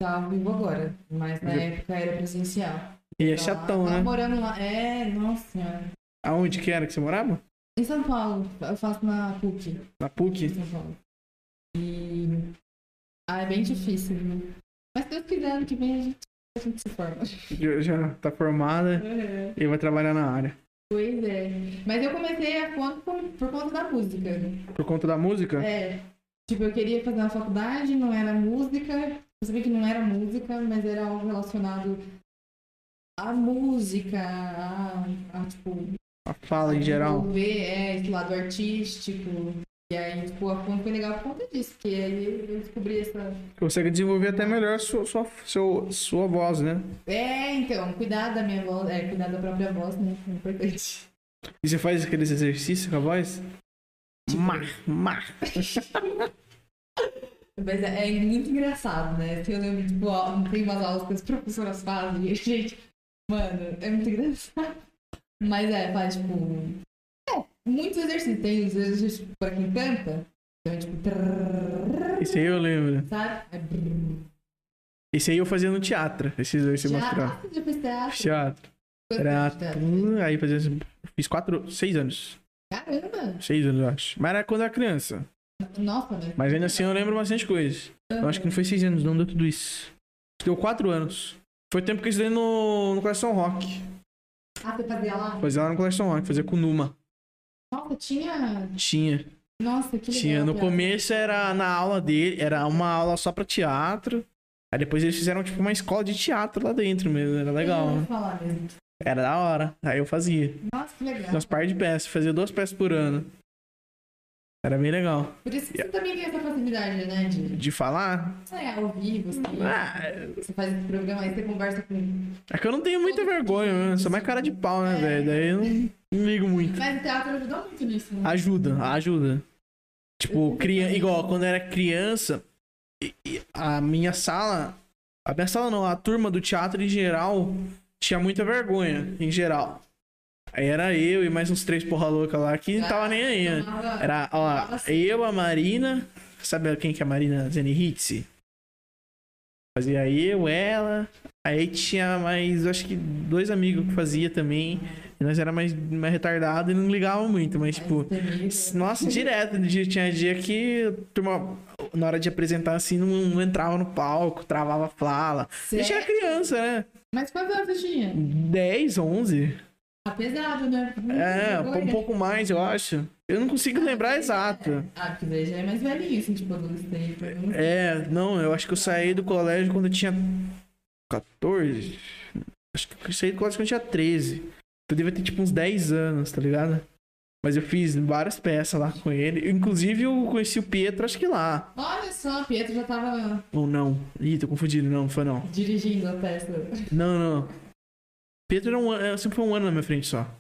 S2: tá ao vivo agora, mas na época era presencial.
S1: E é
S2: Então,
S1: chatão,
S2: tava
S1: né?
S2: morando lá. É, nossa senhora.
S1: Aonde que era que você morava?
S2: Em São Paulo, eu faço na P U C,
S1: Na P U
S2: em
S1: C?
S2: São Paulo. E. Ah, é bem difícil, viu? Mas se Deus quiser, ano que vem a gente, a gente se forma.
S1: Já, já tá formada
S2: Uhum.
S1: e vai trabalhar na área.
S2: Pois é. Mas eu comecei a conta por, por conta da música.
S1: Por conta da música?
S2: É. Tipo, eu queria fazer uma faculdade, não era música. Eu sabia que não era música, mas era algo relacionado à música, a, a tipo.
S1: A fala em geral.
S2: Desenvolver, é, esse lado artístico. E aí, tipo, a fonte foi legal por conta disso, porque aí eu descobri essa.
S1: Consegue desenvolver até melhor sua, sua, seu, sua voz, né?
S2: É, então, cuidar da minha voz, é, cuidar da própria voz, né? É importante.
S1: E você faz aqueles exercícios com a voz?
S2: Tipo-
S1: Mar, mar.
S2: Mas é, é muito engraçado, né? Eu lembro, tipo, ó, tem umas aulas que as professoras fazem e, gente, mano, é muito engraçado. Mas é, faz, tipo. É, muitos exercícios. Tem os exercícios pra quem canta. Então, é tipo. Trrr,
S1: Esse aí eu lembro.
S2: sabe? É brrr.
S1: Esse aí eu fazia no teatro. Esses dois você
S2: Já,
S1: mostrou.
S2: ah, você já fez teatro?
S1: Teatro.
S2: Quanto
S1: Era.
S2: tempo de teatro?
S1: hum, Aí fazia. Fiz quatro. Seis anos.
S2: Caramba!
S1: Seis anos, eu acho. Mas era quando era criança.
S2: Nossa, né?
S1: Mas ainda assim eu lembro bastante coisa. Eu acho que não foi seis anos, não deu tudo isso. Deu quatro anos. Foi o tempo que eu estudei no, no Colégio São Roque.
S2: Ah, você fazia lá?
S1: Fazia lá no Colégio São Roque, fazia com Numa.
S2: Nossa, tinha.
S1: Tinha.
S2: Nossa, que legal.
S1: Tinha. No
S2: teatro.
S1: começo era na aula dele, era uma aula só pra teatro. Aí depois eles fizeram tipo uma escola de teatro lá dentro mesmo. Era legal,
S2: Eu
S1: né?
S2: vou falar mesmo.
S1: Era da hora. Aí eu fazia.
S2: Nossa, que legal.
S1: Umas par de peças. Fazia duas peças por ano. Era bem legal.
S2: Por isso que você também tem essa facilidade, né? De
S1: De falar?
S2: é, ao vivo, assim.
S1: Ah,
S2: Você faz esse programa aí, você conversa com.
S1: é que eu não tenho muita vergonha, né? Sou mais cara de pau, né, velho? Daí eu não, não ligo muito.
S2: Mas o teatro ajudou muito nisso, né?
S1: Ajuda, ajuda. Tipo, cria... igual, quando eu era criança, e- e a minha sala... A minha sala não, a turma do teatro em geral tinha muita vergonha, em geral. Aí era eu e mais uns três porra louca lá que não tava nem aí, né?
S2: Tomava-
S1: Era, ó,
S2: tomava assim.
S1: eu, a Marina... Sabe quem que é a Marina Zenihitsi? Fazia eu, ela... Aí tinha mais, acho que dois amigos que fazia também. E nós era mais, mais retardado e não ligava muito, mas tipo...
S2: Mas,
S1: Nossa, direto. Dia- Tinha dia que a turma, na hora de apresentar assim, não, não entrava no palco, travava a fala. A gente era criança, né?
S2: Mas quantos anos você tinha?
S1: dez, onze.
S2: Tá pesado, né?
S1: É, um
S2: Vergonha.
S1: pouco mais, eu acho. Eu não consigo lembrar exato.
S2: Ah, porque daí já é mais velhinho, assim, tipo, adolescente.
S1: É, não, eu acho que eu saí do colégio quando eu tinha quatorze. Acho que eu saí do colégio quando eu tinha treze. Eu devia ter tipo uns dez anos, tá ligado? Mas eu fiz várias peças lá com ele. Inclusive eu conheci o Pietro, acho que lá.
S2: Olha só, Pietro já tava
S1: Ou não. Ih, tô confundido, não, não foi não.
S2: dirigindo a peça.
S1: Não, não. Pedro era um ano, sempre foi um ano na minha frente só.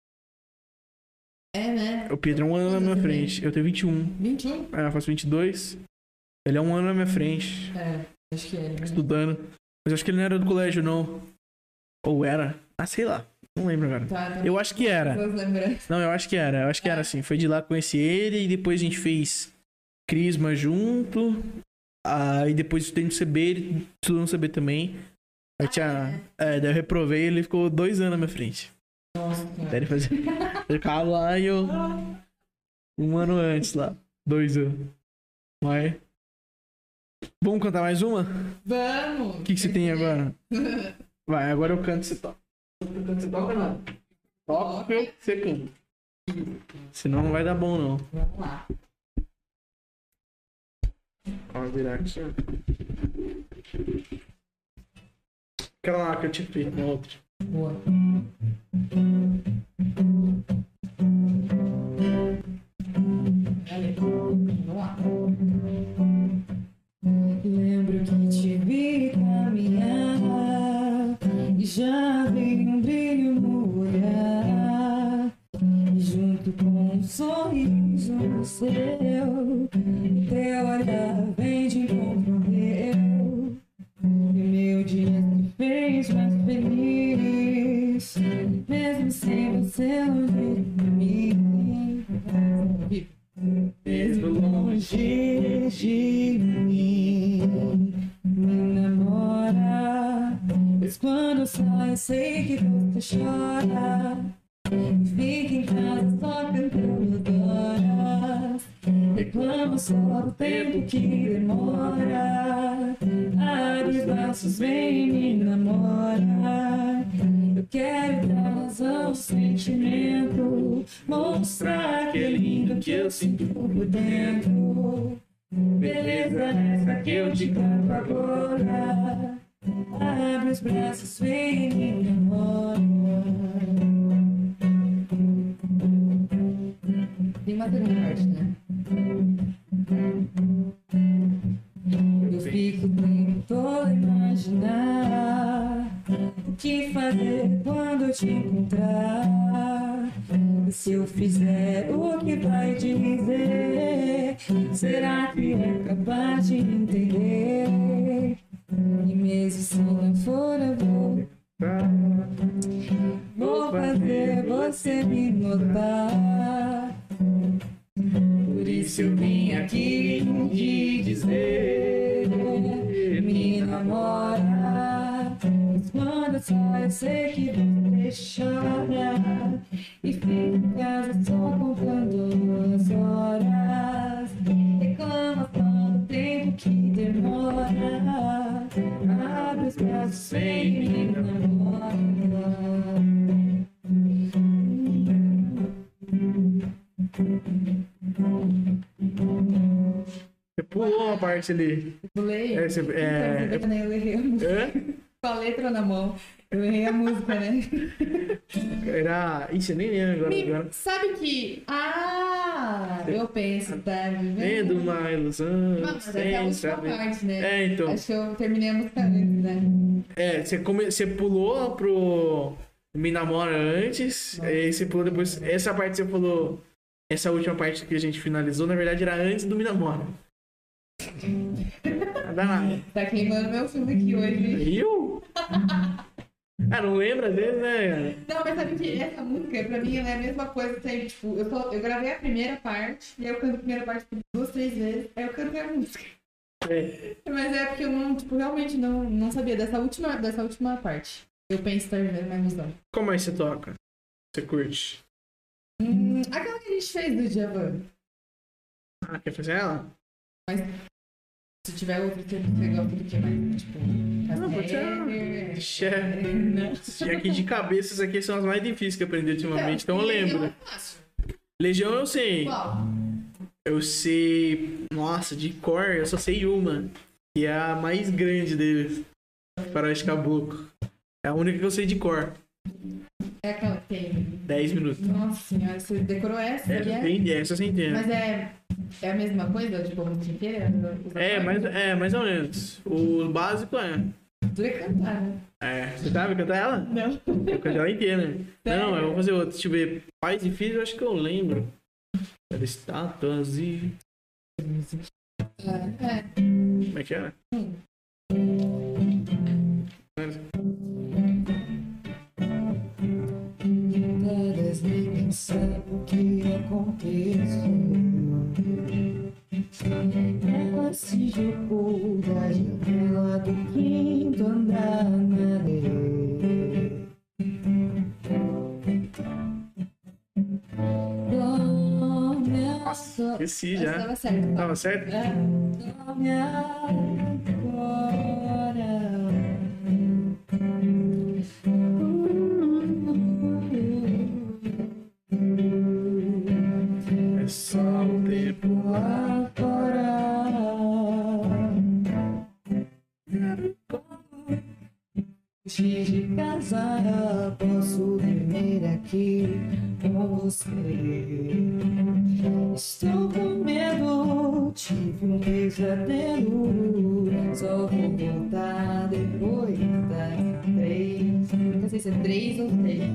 S2: É, né?
S1: O Pedro é um ano na minha frente. Eu tenho vinte e um.
S2: vinte e um?
S1: É, eu faço vinte e dois. Ele é um ano na minha frente,
S2: É, acho que era.
S1: estudando. Mas eu acho que ele não era do colégio, não. Ou era? Ah, sei lá. Não lembro agora.
S2: Tá, tá.
S1: Eu acho que era.
S2: Boas lembranças.
S1: Não, eu acho que era. Eu acho que era assim. Foi de lá que conheci ele e depois a gente fez Crisma junto. Aí depois estudei no C B, ele estudou no C B também. Aí tinha. É, daí eu reprovei e ele ficou dois anos na minha frente.
S2: Nossa,
S1: Daí
S2: cara.
S1: ele fazia. Ele ficava lá e eu. Um ano antes lá. Dois anos. Mas. Vamos cantar mais uma?
S2: Vamos!
S1: O que, que você tem agora? Vai, agora eu canto e você toca. Eu canto, você toca não? Toca e você canta. Senão não vai dar bom, não.
S2: Vamos lá.
S1: Ó, virar aqui. Aquela lá que eu tinha feito na outra.
S2: Boa. Valeu. Vamos lá. Lembro que te vi caminhar e já vi um brilho no olhar. E junto com um sorriso no seu, teu olhar vem de encontro ao meu. E meu dia se fez mais feliz, mesmo sem você longe de mim. Mesmo longe de mim, me namora. sei que você chora. Fica em casa só cantando horas. Reclama só do tempo que demora. Abre os braços, vem e me namora. Eu quero dar razão ao sentimento, mostrar que é lindo que eu sinto por dentro. Beleza essa que eu te canto agora. Abre os braços, vem e me namora. Tem uma segunda parte, né? Eu fico o tempo todo a imaginar o que fazer quando eu te encontrar. E se eu fizer o que vai dizer, será que é capaz de entender? E mesmo se não for, eu vou Vou fazer você me notar. Por isso eu vim aqui te dizer, me namora. Mas quando só eu sei que você chora e fica em casa só contando as horas. Reclama só do tempo que demora. Abre os braços, vem e me namora.
S1: Você pulou uma parte ali.
S2: Pulei?
S1: É, você, é...
S2: Então, eu errei a música.
S1: É?
S2: Com a letra na mão. Eu errei a música, né?
S1: Era... Ixi, eu nem lembro agora.
S2: Me...
S1: agora.
S2: Sabe que... Ah! Eu penso, tá
S1: Vendo
S2: vivendo...
S1: uma ilusão.
S2: Não, mas essa é a última
S1: saber.
S2: parte, né?
S1: É, então.
S2: Acho que eu terminei a música antes, né?
S1: É, você, come... você pulou pro Me Namora antes, aí você pulou depois. Essa parte você falou. Essa última parte que a gente finalizou, na verdade, era antes do Me Namora. Não dá nada.
S2: Tá queimando meu filme aqui hoje.
S1: Viu? Ah, não lembra às vezes, né, cara?
S2: Não, mas sabe que essa música, pra mim, ela é a mesma coisa sempre, tipo, eu, só, eu gravei a primeira parte, e aí eu canto a primeira parte por duas, três vezes, aí eu canto a música.
S1: É.
S2: Mas é porque eu não, tipo, realmente não, não sabia dessa última, dessa última parte. Eu penso estar vivendo uma ilusão.
S1: Como mais você toca? Você curte?
S2: Hum, aquela que a gente fez do Djavan.
S1: Ah, quer fazer ela?
S2: Mas se tiver outra que você gosta do que mais, tipo...
S1: Não, pode ser ela.
S2: Casper,
S1: Ixi, é.
S2: né?
S1: E aqui de cabeça, essas aqui são as mais difíceis que eu aprendi ultimamente, então eu lembro.
S2: É fácil.
S1: Legião eu sei.
S2: Qual?
S1: Eu sei. Nossa, de cor, eu só sei uma. Que é a mais grande deles. Faroeste Caboclo. É a única que eu sei de cor.
S2: É aquela que tem...
S1: dez minutos.
S2: Nossa senhora, você decorou essa?
S1: É,
S2: que é?
S1: tem essa sem ter.
S2: Mas é, é a mesma coisa, tipo, a música inteira?
S1: É, mais, é, mais ou menos. O básico é.
S2: Tu é cantar, né?
S1: É. Você sabe cantar ela?
S2: Não.
S1: Eu canto ela inteira. Não, eu vou fazer outra. Deixa eu ver. Pais e filhos, eu acho que eu lembro. Era estátuas e.
S2: É.
S1: Como é que era?
S2: Hum. Todas nem sabem o que aconteceu. Ela se jogou da janela do quinto andar na areia.
S1: Nossa, esqueci já.
S2: Tava certo.
S1: Tava certo?
S2: É. Dorme agora.
S1: É só o tempo lá
S2: fora. Antes de casar, posso dormir aqui com você. Estou com medo, tive um pesadelo. Só vou voltar depois das três. Não sei se é três ou três.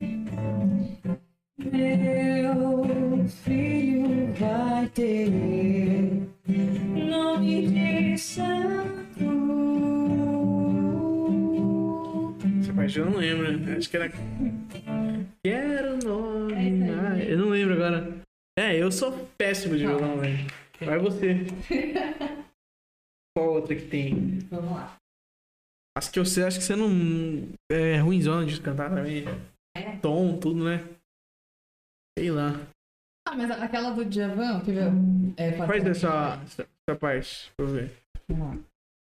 S2: Meu filho vai ter nome de santo.
S1: Essa parte eu não lembro. Acho que era. Quero nome.
S2: É isso aí.
S1: Ah, eu não lembro agora. É, eu sou péssimo de violão, velho. Vai você. Qual outra que tem?
S2: Vamos lá.
S1: As que eu sei, acho que você não. É ruimzona de cantar também.
S2: É.
S1: Tom, tudo, né? Sei lá.
S2: Ah, mas aquela do Djavan, que é,
S1: Faz dessa, essa, essa parte, pra eu ver.
S2: Vamos lá.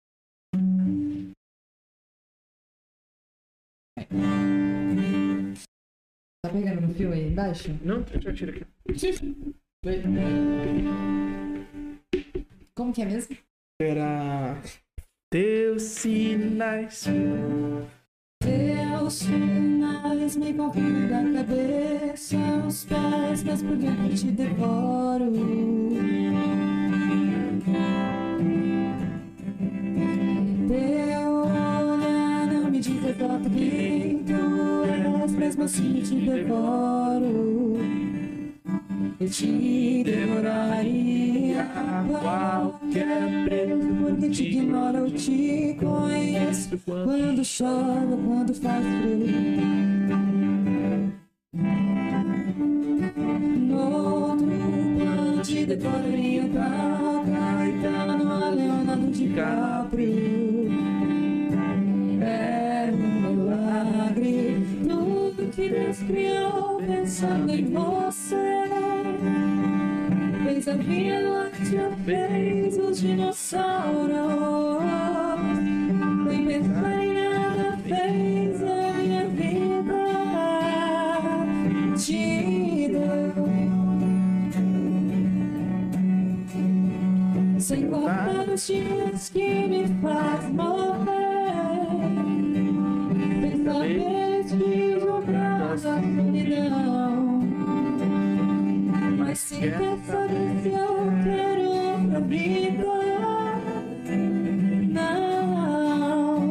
S2: Tá pegando no fio aí embaixo?
S1: Não, eu já tiro aqui.
S2: Como que é mesmo?
S1: Era. Teus sinais.
S2: Teus sinais me confundem da cabeça aos pés, mas por dentro te devoro. Teu olhar não me diz exato quem tu és, mesmo assim te devoro. Eu te devoraria a qualquer preço, porque te ignoro, eu te conheço. Quando chove, quando faz frio. No outro plano te devoraria tal Caetano, a Leonardo DiCaprio. É um milagre, tudo que Deus criou pensando em você. Fez a Via Láctea, fez os dinossauros. Sem pensar em nada, fez a minha vida. Te deu. Sem contar os dias que me faz morrer. Sem saber te jogar na solidão. Mas se quer saber se eu quero outra vida, não.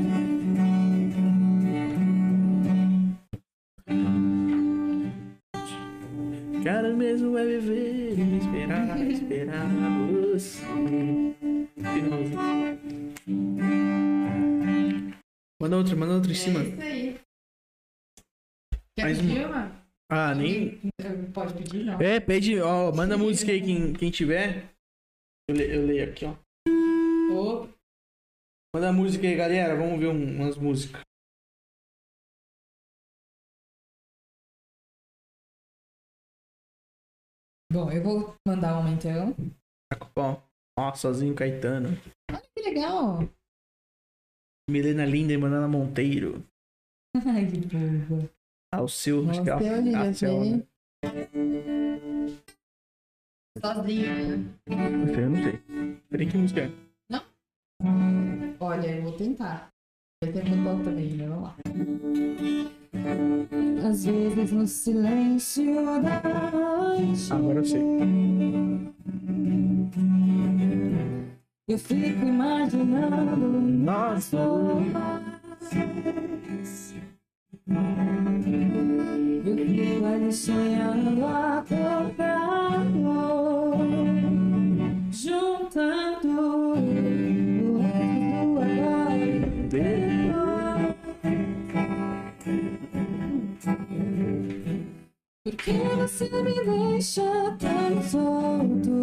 S1: Quero mesmo é viver e esperar, esperar você. Manda outra, manda outra em cima.
S2: É isso aí. Quer
S1: Mais
S2: pedir
S1: uma.
S2: uma?
S1: Ah, nem.
S2: Pode pedir, não.
S1: É, pede, ó, manda música aí quem, quem tiver. Eu, le, eu leio aqui, ó.
S2: Oh.
S1: Manda música aí, galera. Vamos ver um, umas músicas.
S2: Bom, eu vou mandar uma então.
S1: Ó, ó, sozinho Caetano.
S2: Olha que legal.
S1: Milena Linda e Manana Monteiro.
S2: Ai, que boba.
S1: Ao seu.
S2: Nossa,
S1: acho que é
S2: eu
S1: a-
S2: li,
S1: a
S2: já
S1: céu,
S2: sei.
S1: né?
S2: Sozinho.
S1: Essa eu não sei. Peraí, que música é?
S2: Olha, eu vou tentar. Vai ter botão também, né? Vamos lá. Às vezes no silêncio da noite.
S1: Agora eu sei.
S2: Eu fico imaginando
S1: Nossa!
S2: Eu fico ali sonhando acordado, juntando o resto do agora e o depois. Por que você me deixa tão solto?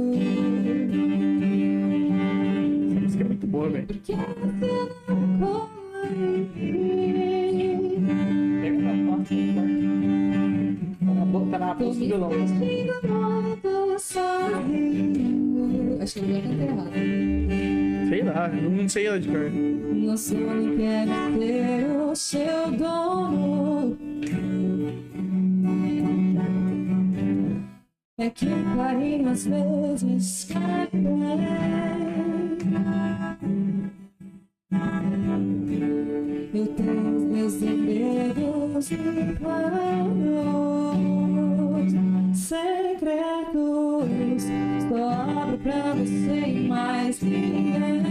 S1: Essa música é muito boa, velho.
S2: Por que você não corre?
S1: Pega na parte. Tá na boca, tá na
S2: Tô
S1: bolsa do
S2: me
S1: violão.
S2: sentindo muito sozinho. Acho que eu ia cantar errado.
S1: Sei lá, não sei ela de cor.
S2: Não sou nem quero ser o seu dono. É que o carinho às vezes cai bem. Eu tenho os meus segredos e planos, segredos. Só abro pra você e mais ninguém.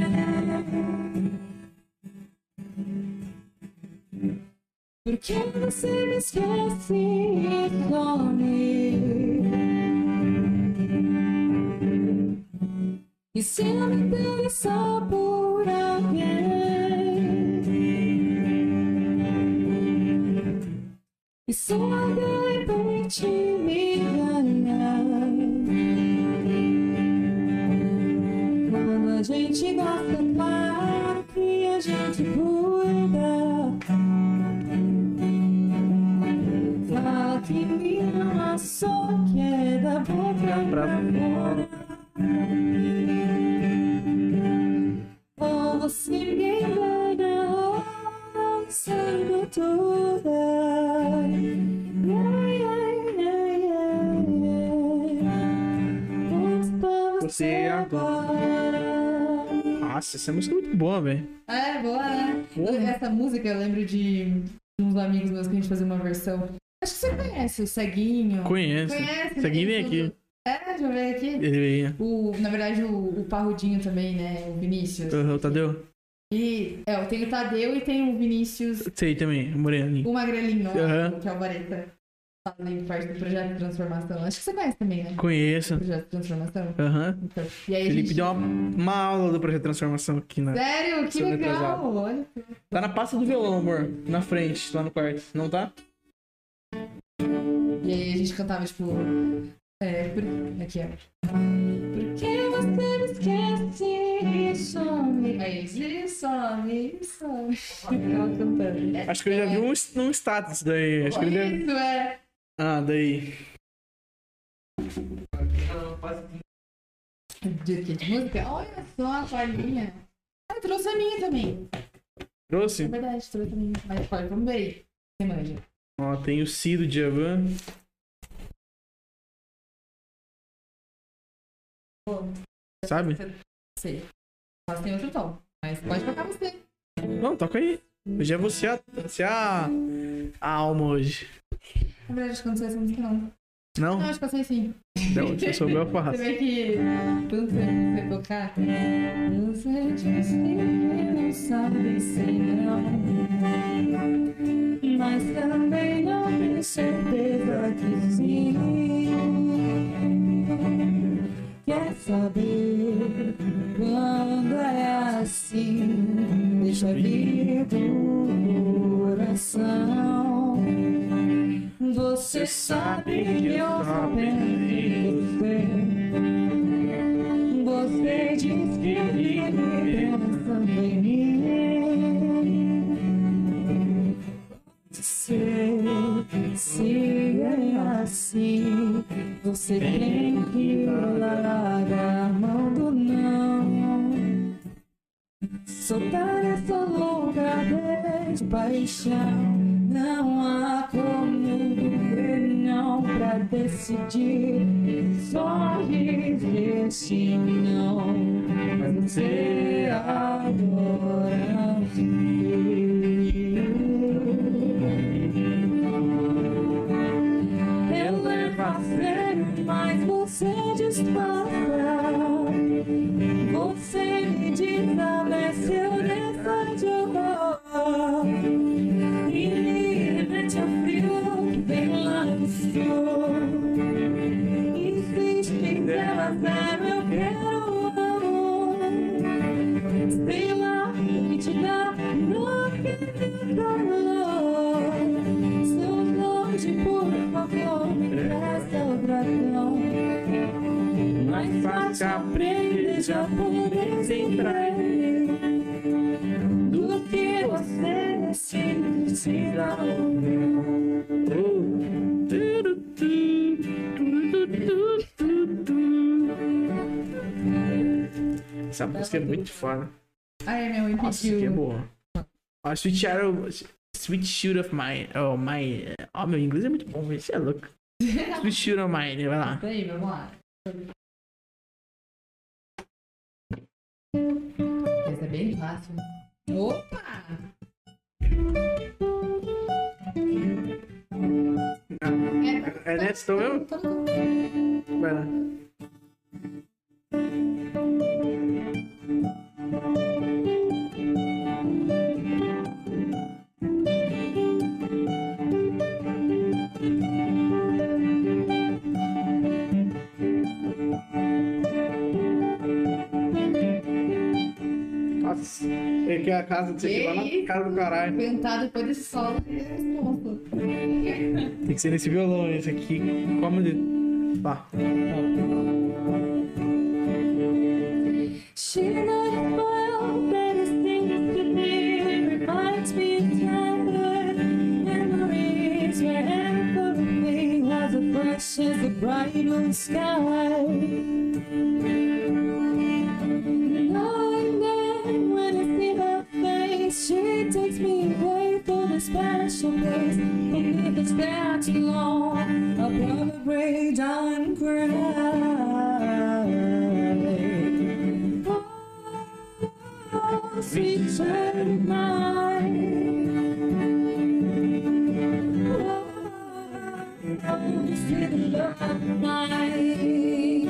S2: Por que você me esquece e some? E se eu me interessar por alguém? E se eu de repente me ganhar? Quando a gente gosta, claro que a gente te cuida. Fala que me ama, só que é da boca pra fora. Ou você me engana, ou saiba toda.
S1: Você é agora. Nossa, essa música é muito boa, velho.
S2: É, boa, né?
S1: Boa.
S2: Essa música eu lembro de uns amigos meus que a gente fazia uma versão. Acho que você conhece o Ceguinho.
S1: Conheço.
S2: Conhece?
S1: Ceguinho vem
S2: Ele
S1: aqui.
S2: tudo- É, já veio aqui.
S1: Ele veio.
S2: O, na verdade, o, o Parrudinho também, né? O Vinícius.
S1: Uhum, Tadeu?
S2: E é, eu tenho o Tadeu e tem o Vinícius,
S1: Sei também, o Moreno.
S2: o Magrelinho, ó,
S1: Uhum.
S2: que é o Vareta. Fazendo parte do projeto de transformação. Acho que você conhece também, né?
S1: Conheço.
S2: O projeto de transformação.
S1: Aham.
S2: Então, e aí a
S1: Felipe
S2: gente...
S1: deu uma, uma aula do projeto de transformação aqui na.
S2: Sério? Que
S1: Semana
S2: legal!
S1: atrasada.
S2: Olha.
S1: Tá na pasta do violão, amor. Na frente, lá no quarto. Não tá?
S2: E aí a gente cantava, tipo... É, por... Aqui, ó. Por que você me esquece e some? Aí, e some, e some. Ficava cantando.
S1: Acho que eu já vi um, um status daí. Acho que ele deve...
S2: Isso, é.
S1: Ah, daí.
S2: De que? De música? Olha só a palhinha. Ah, trouxe a minha também.
S1: Trouxe?
S2: É verdade, trouxe a minha. Mas pode, vamos ver aí. Você manja.
S1: Ó, tem o Si do Djavan.
S2: Pô,
S1: Sabe?
S2: sei. Mas tem outro tom. Mas pode tocar você.
S1: Não, toca aí. Hoje é você a, você a, a alma hoje.
S2: Na verdade, acho que eu não sei essa música, não.
S1: Não?
S2: Não, acho que eu sei sim.
S1: Não, se eu souber, eu
S2: Você
S1: faço.
S2: vê que quando você, você tocar, você diz que não sabe se não, mas também não tenho certeza que sim. Quer saber quando é assim? Deixa vir do coração. Você sabe que eu só penso em você. Você diz que vive pensando em mim. Se, se é assim, você tem que largar a mão do não. Soltar essa louca de paixão. Não há como dizer não pra decidir. Só dizer sim, não. Mas você agora eu levo a sério, mas você disfarça. Você me desapareceu nessa de horror. E me remete ao frio que vem lá do sul. Insiste, zero a zero, eu quero amor. Sei lá o que te dá, no que me calor. Sou longe, por favor, me presta o dragão. Mais fácil aprender japonês em breve do que você decide se dar.
S1: Essa música é muito foda.
S2: Ai, meu, impediu.
S1: Nossa, isso aqui é boa. Ó, Sweet Shadow, Sweet Shoot of Mine. Oh, my. Oh, meu inglês é muito bom, velho. Você é louco. Sweet Shoot of Mine, vai lá.
S2: Isso aí, vamos lá. Essa é bem fácil. Opa!
S1: É nessa, tô eu?
S2: Tá bom.
S1: Vai lá. Nossa, é que a casa que você
S2: Que
S1: vai lá na
S2: isso?
S1: casa do caralho.
S2: Cantar depois desse solo é resposta.
S1: Tem que ser nesse violão, esse aqui. Como de. Pá.
S2: She knows well that it seems to me bright blue sky. She takes me away to the special place. And if it's there too long, I'll probably break down and cry. Oh, sweet child of mine. Oh, sweet love of mine.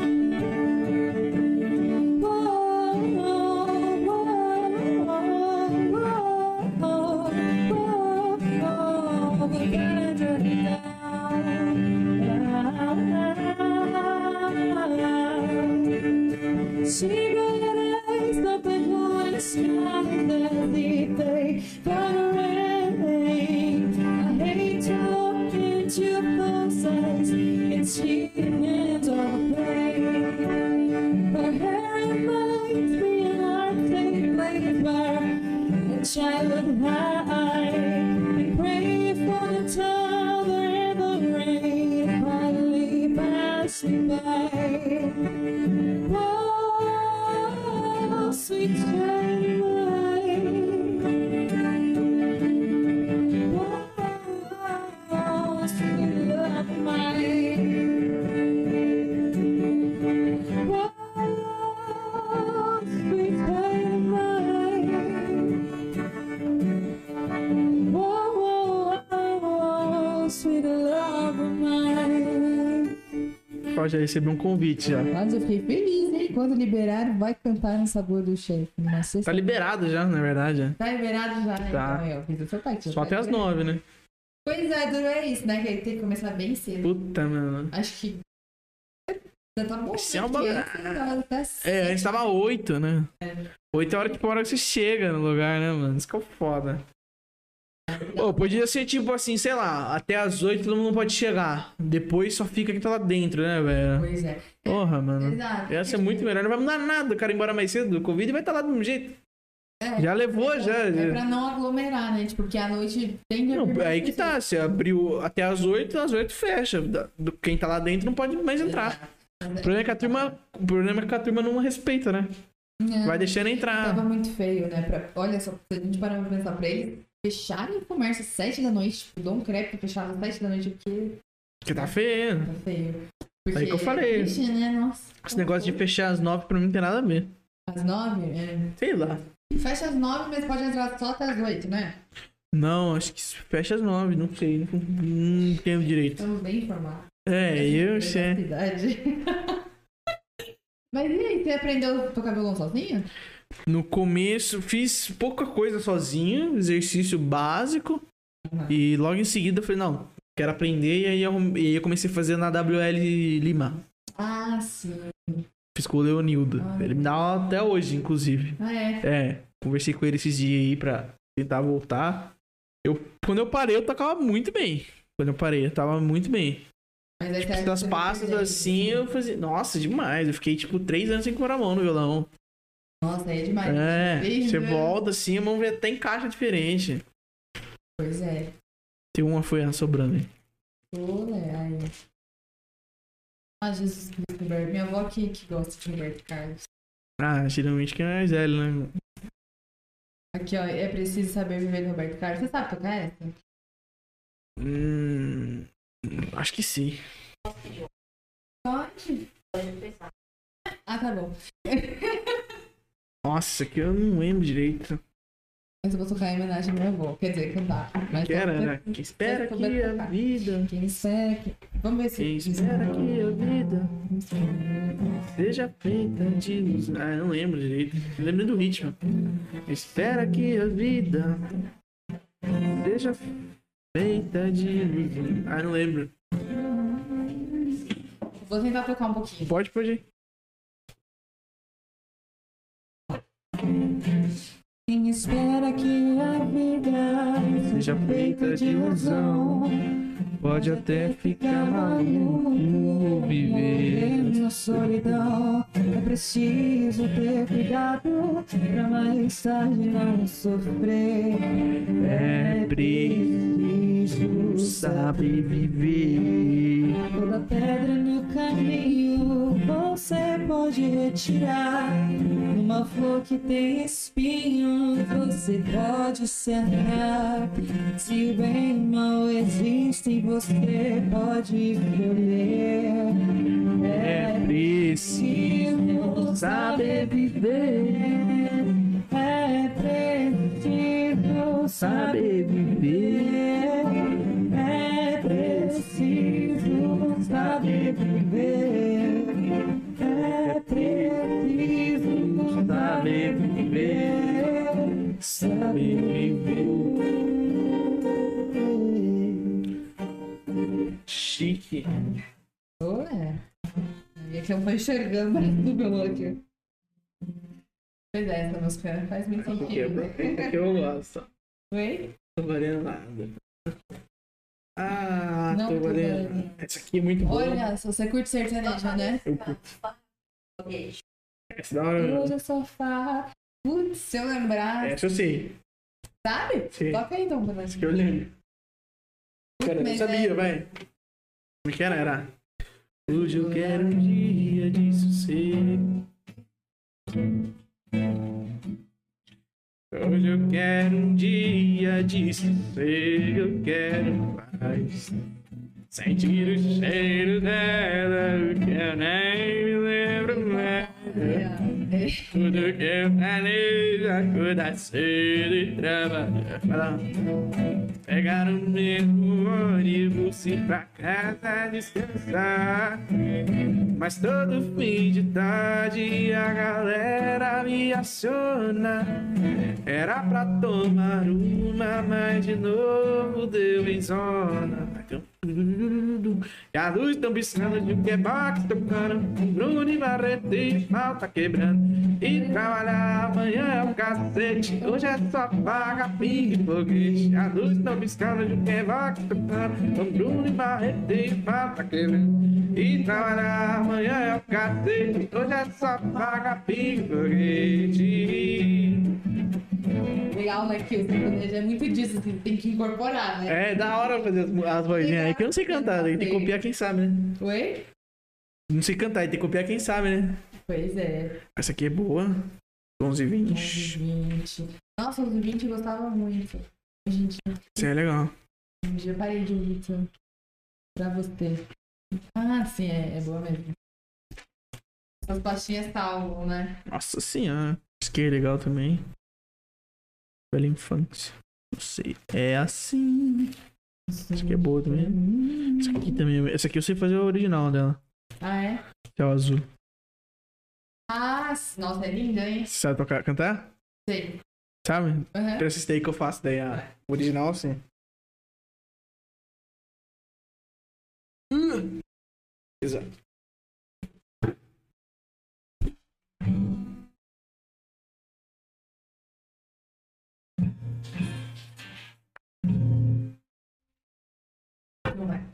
S2: She got eyes up in the sky that deep they burn rain. I hate to look into those eyes and see the end of pain. Her hair reminds me of our play place where a childhood high and pray for the time in the rain finally pass me by. Whoa, sweet child of mine. Whoa, sweet love of mine. Whoa, sweet child of mine. Whoa, whoa, sweet love of mine.
S1: Ó, já recebi um convite já.
S2: Mas eu fiquei feliz, hein? Quando liberar, vai cantar no Sabor do Chefe.
S1: Tá liberado já, na verdade.
S2: Tá liberado já, né?
S1: Tá.
S2: Então, eu fiz o seu parte.
S1: Só até as nove, né?
S2: Pois é, duro é isso, né? Que ele tem que começar bem cedo.
S1: Puta, mano.
S2: Acho que... Já tá bom,
S1: Esse é
S2: né?
S1: uma-
S2: Porque antes ele tava até
S1: É, antes tava oito, né?
S2: É.
S1: Oito é a hora que, a hora que você chega no lugar, né, mano? Isso que é o foda. Pô, podia ser tipo assim, sei lá, até as oito todo mundo pode chegar. Depois só fica quem tá lá dentro, né, velho?
S2: Pois é.
S1: Porra, mano.
S2: Exato.
S1: Ia ser muito melhor. Não vai mudar nada o cara ir embora mais cedo. O Covid vai estar lá do mesmo jeito.
S2: É,
S1: Já levou, já.
S2: É
S1: já.
S2: pra não aglomerar, né? Tipo, porque à noite tem...
S1: Não, aí que tá. Você abriu até as oito, às oito fecha. Da- do- Quem tá lá dentro não pode mais entrar. O problema é que a turma, o problema é que a turma não respeita, né?
S2: Não,
S1: Vai deixando entrar.
S2: Tava muito feio, né? Pra... Olha só, se a gente parar pra pensar pra eles, fecharem o comércio às sete da noite, tipo, Dom Crepe fechava às sete da noite, porque
S1: Porque tá feio.
S2: tá feio. Porque,
S1: Aí que eu falei.
S2: Ixi, né? Nossa.
S1: Esse negócio de fechar às nove pra mim não tem nada a ver.
S2: Às nove? É.
S1: Sei lá.
S2: Fecha às nove, mas pode entrar só até às oito, né?
S1: Não, acho que fecha às nove, não sei. Não, não tenho direito.
S2: Estamos bem informados.
S1: É, eu sei.
S2: Cidade. Mas e aí, você aprendeu a tocar violão sozinho?
S1: No começo, fiz pouca coisa sozinho, exercício básico.
S2: Uhum.
S1: E logo em seguida eu falei, não, quero aprender. E aí eu, e aí eu comecei a fazer na W L Lima.
S2: Ah, sim.
S1: Fiz com o Leonildo.
S2: Ah.
S1: Ele me dá aula até hoje, inclusive.
S2: Ah, é?
S1: É, conversei com ele esses dias aí pra tentar voltar. Eu, quando eu parei, eu tocava muito bem. Quando eu parei, eu tava muito bem.
S2: Mas aí você-
S1: Das
S2: você
S1: passas
S2: perdeu,
S1: assim, eu fazia. Nossa, demais. Eu fiquei tipo três anos sem pôr a mão no violão.
S2: Nossa, aí é demais.
S1: É,
S2: Bem,
S1: você
S2: né?
S1: volta assim, a mão vê até encaixa diferente.
S2: Pois é.
S1: Tem uma folha sobrando aí.
S2: Pô, né? Aí. Ah, Jesus Cristo, Roberto. Minha avó que, que gosta de Roberto Carlos.
S1: Ah, geralmente quem é mais velho, né?
S2: Aqui, ó, é preciso saber viver do Roberto Carlos. Você sabe tocar essa?
S1: Hum. Acho que sim.
S2: Pode. Ah, tá bom.
S1: Nossa, que eu não lembro direito.
S2: Mas eu vou tocar em homenagem à minha avó. Quer dizer, cantar. Mas
S1: Que era,
S2: só-
S1: né? Quem espera
S2: só
S1: que
S2: souber
S1: a
S2: tocar.
S1: vida.
S2: Quem espera que... Vamos ver se...
S1: Quem espera que a vida seja feita de luz. Ah, eu não lembro direito. Eu lembro do ritmo. Espera que a vida seja feita de luz. Ah, não lembro.
S2: Vou tentar tocar um pouquinho.
S1: Pode, pode ir.
S2: Quem espera que a vida
S1: Seja feita de ilusão, pode até ficar maluco viver.
S2: na solidão. É preciso ter cuidado pra mais tarde não sofrer.
S1: É preciso saber viver.
S2: Toda pedra no
S3: espinho você pode retirar. Numa flor que tem espinhos você pode semear. Se o bem e o mal existem, você pode escolher.
S1: É preciso
S3: saber viver. É preciso saber viver. É preciso saber viver. É preciso saber viver. Saber viver.
S1: chique.
S2: Ué. E aqui eu não tô enxergando do meu aqui. Pois é, essa música faz muito
S1: Aqui,
S2: sentido.
S1: aqui eu gosto.
S2: Oi?
S1: Não tô valendo nada. Ah,
S2: Não
S1: tô
S2: tô
S1: valendo.
S2: valendo.
S1: Essa aqui é muito boa.
S2: Olha, se você curte sertaneja, né?
S1: Eu curto. Essa da hora.
S2: Hoje é sofá. Putz, se eu lembrar.
S1: Essa eu sei.
S2: Sabe?
S1: Sim.
S2: Toca aí então, pra
S1: Essa que eu lembro. Cara, eu não
S2: Mas
S1: sabia,
S2: é-
S1: vai. Como que era? Era. Hoje eu quero um dia de sossego. Hoje eu quero um dia de sossego. Eu quero paz. Sentir o cheiro dela, que eu nem me lembro mais.
S2: É.
S1: Tudo que eu planejo, acordar cedo e trabalhar. Fala. Pegar o mesmo ônibus e ir pra casa descansar. Mas todo fim de tarde a galera me aciona. Era pra tomar uma, mas de novo deu em zona. E a luz tão piscando de um quebox tocando. Um Bruno e Barreto e pau tá quebrando. E trabalhar amanhã é um cacete. Hoje é só vaga, pingue e foguete. A luz tão piscando de um quebox tocando. Um Bruno e Barreto e pau tá quebrando. E trabalhar amanhã é um cacete. Hoje é só vaga, pingue e foguete.
S2: Legal, né? Que o sertanejo é muito disso, assim, tem que incorporar, né?
S1: É da hora fazer as, as vozinhas aí, que eu não sei cantar, tem que copiar quem sabe, né?
S2: Oi?
S1: Não sei cantar, tem que copiar quem sabe, né?
S2: Pois é.
S1: Essa aqui é boa. onze e vinte.
S2: onze e vinte. Nossa, onze e vinte eu gostava muito. Gente,
S1: Isso é legal.
S2: um dia eu parei de ouvir isso pra você. Ah, sim, é, é boa mesmo. As pastinhas salvam, né?
S1: Nossa senhora. Isso aqui é legal também. Velha infância. Não sei. É assim. Essa aqui é boa também. Essa aqui também. Essa aqui eu sei fazer o original dela.
S2: Ah, é?
S1: Que é o azul.
S2: Ah, nossa, é linda, hein?
S1: Você sabe tocar, cantar?
S2: Sei.
S1: Sabe?
S2: Uhum.
S1: Pra assistir aí que eu faço daí a original, sim. Uh. Exato.
S2: Não vai.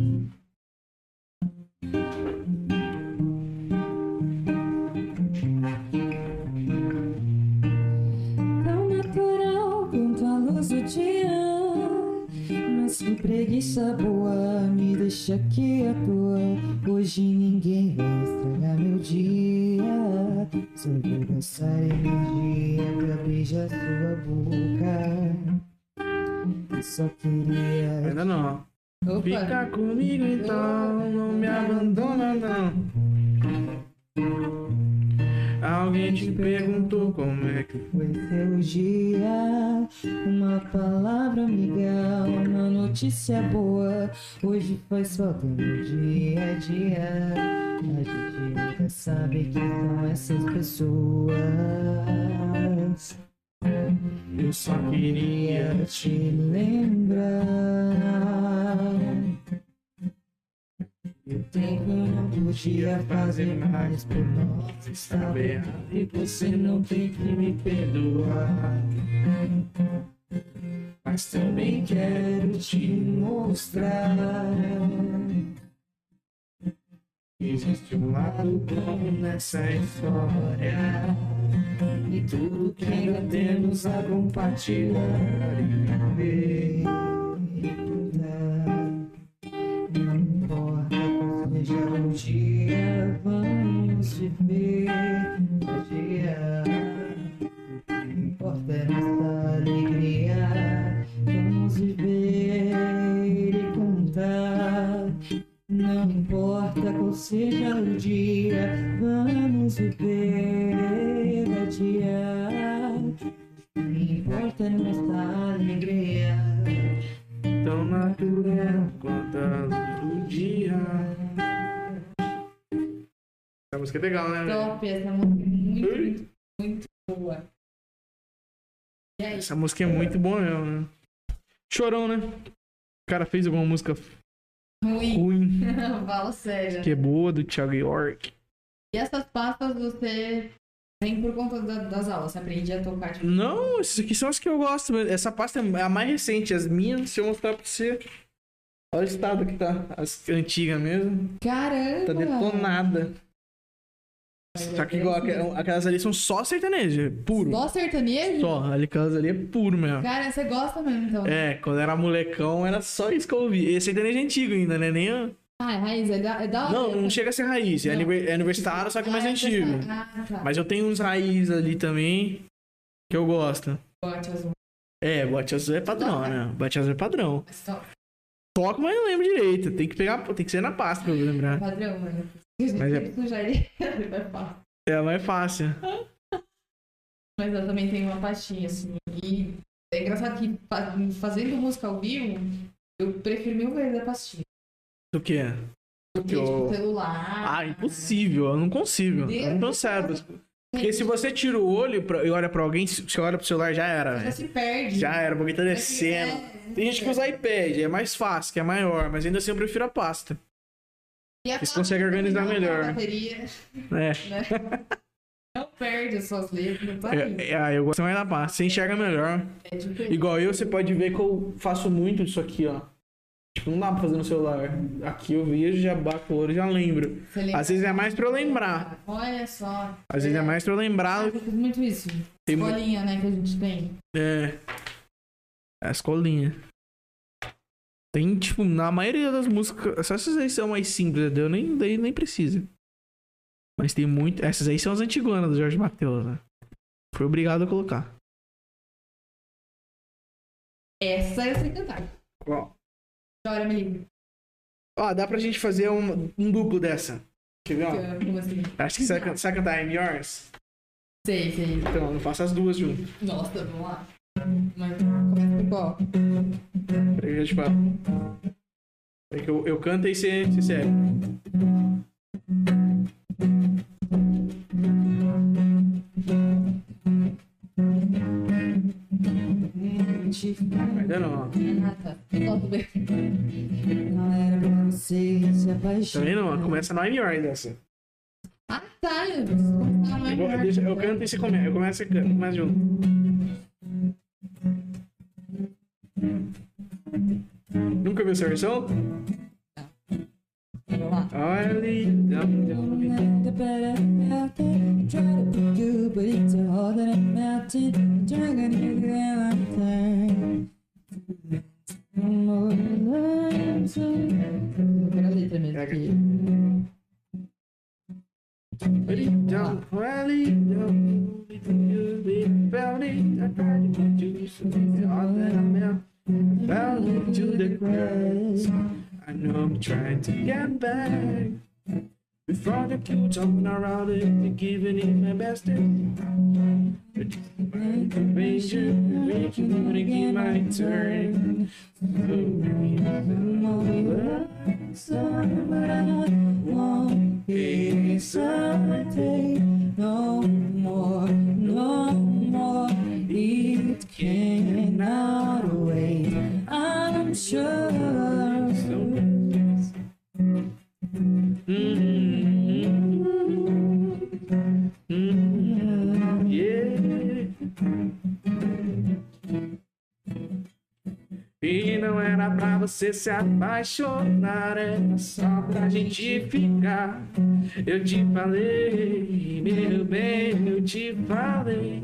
S3: Tão natural quanto a luz do dia. Mas que preguiça boa, me deixa aqui à toa. Hoje ninguém vai estragar meu dia. Só vou gastar energia pra beijar sua boca. Eu só queria
S1: Ainda não.
S2: Opa.
S1: Fica comigo então, não me abandona não. Alguém te perguntou como é que
S3: foi seu dia. Uma palavra amiga, uma notícia boa. Hoje faz falta no dia a dia. A gente nunca sabe quem são essas pessoas.
S1: eu só queria
S3: Queria te lembrar. E o tempo não podia fazer mais por nós. Estava errado e você não tem que me perdoar. Mas também quero te mostrar. Existe um lado bom nessa história. E tudo que ainda temos a compartilhar e viver. Não importa qual seja o dia. viver cada dia. Não importa nossa alegria, vamos viver e contar. Não importa qual seja o dia, vamos viver cada dia. Não importa nossa alegria,
S1: Tão natural quanto a luz do dia. Essa música é legal, né, velho?
S2: Top, essa música é muito, muito, muito boa. E aí?
S1: Essa música é muito boa mesmo, né? Chorão, né? O cara fez alguma música
S2: Ruim.
S1: ruim,
S2: Fala sério.
S1: que é boa, do Thiago York.
S2: E essas pastas você vem por conta da- das aulas? Você aprende a tocar tipo,
S1: Não, essas aqui são as que eu gosto. Essa pasta é a mais recente. As minhas, se eu mostrar pra você. Olha o estado que tá. As antigas mesmo.
S2: caramba!
S1: Tá detonada. Só que igual, aqu- aquelas ali são só sertanejo, é puro.
S2: Só sertanejo?
S1: Só, ali, aquelas ali é puro mesmo.
S2: Cara, você gosta mesmo, então.
S1: É, quando era molecão, era só isso que eu ouvia. Esse sertanejo é antigo ainda, né? Nem a...
S2: Ah, é raiz, é da, é da hora.
S1: Não, não chega a ser raiz. É,
S2: Não.
S1: aniver- é aniversário, só que mais
S2: Ah, é
S1: antigo.
S2: Ah, tá.
S1: Mas eu tenho uns raiz ali também que eu gosto.
S2: Bote azul.
S1: É, bote azul é padrão, né? Bote azul é padrão.
S2: Mas só
S1: Toco, mas não lembro direito. Tem que pegar, tem que ser na pasta pra eu lembrar.
S2: padrão, mano.
S1: Mas é-
S2: Isso já é vai fácil.
S1: É a mais fácil.
S2: Mas eu também tenho uma pastinha, assim. E é engraçado que fa- fazendo música ao vivo, eu prefiro mil vezes a pastinha.
S1: Do que?
S2: Porque,
S1: eu-
S2: tipo, celular.
S1: Ah, impossível. Eu não consigo. Eu não tenho cérebro. Porque se você tira o olho pra- e olha pra alguém, se você olha pro celular, já era,
S2: Já
S1: velho.
S2: se perde.
S1: Já era, porque tá
S2: É que-
S1: descendo.
S2: é-
S1: Tem gente que usa iPad, é mais fácil, que é maior, mas ainda assim eu prefiro a pasta.
S2: E a
S1: Eles
S2: pasta
S1: conseguem organizar
S2: não dá
S1: melhor.
S2: Bateria,
S1: É.
S2: né? Não perde as suas letras, tá aí.
S1: É, é, ah, eu gosto mais da pasta. Você enxerga melhor.
S2: É diferente.
S1: Igual eu, você pode ver que eu faço muito disso aqui, ó. Tipo, não dá pra fazer no celular. Aqui eu vejo, já bato o olho, já lembro.
S2: Você lembra?
S1: Às vezes é mais pra eu lembrar.
S2: Olha só.
S1: Às vezes é mais pra eu lembrar.
S2: Eu fiz muito isso.
S1: Tem mu-
S2: Escolinha, né, que a gente tem.
S1: É. É a escolinha. Tem, tipo, na maioria das músicas. Só essas aí são mais simples, entendeu? Nem, daí nem precisa. Mas tem muito. Essas aí são as antigonas do Jorge Mateus, né? Foi obrigado a colocar.
S2: Essa eu sei cantar.
S1: Ó,
S2: Chora, me livre.
S1: ó, dá pra gente fazer um, um duplo dessa. Quer ver, ó?
S2: Como assim?
S1: Acho que você sabe, can- sabe cantar I'm Yours?
S2: Sei, sei.
S1: Então, eu faço as duas juntas.
S2: Nossa, vamos lá. Mas começa por qual?
S1: Peraí, eu já te falo. Peraí que eu, eu canto e você, você segue. Ainda não, ó.
S2: Ah, tá. Tudo bem.
S3: não era pra você se
S1: Tá
S3: apaixonar.
S1: vendo? Ó, começa no I'm Yours essa.
S2: Ah, tá. Eu, ah, não é
S1: Eu, vou-
S2: melhor.
S1: deixa- eu canto e você começa. Eu começo e canto. Começa junto. Nunca viu essa versão?
S2: Vamos lá.
S1: Olha, dum, dum.
S3: The better out there, try to be good, but it's harder than mountain. Dragon is the lantern. More love, so
S2: Eu quero a letra mesmo.
S1: Pega.
S2: porque-
S1: Olha, dum, olha, dum, you be found it. I tried to get you, so it's harder than melt. Fell into the grass. I know I'm trying to get back. Before the kill jumping around it, and giving it my best. But raise you, make you wanna get my turn.
S3: won't hesitate no more, no more. It cannot wait, I'm sure.
S1: Mm-hmm. Yeah. E não era pra você se apaixonar, era só pra gente ficar. Eu te falei, meu bem, eu te falei.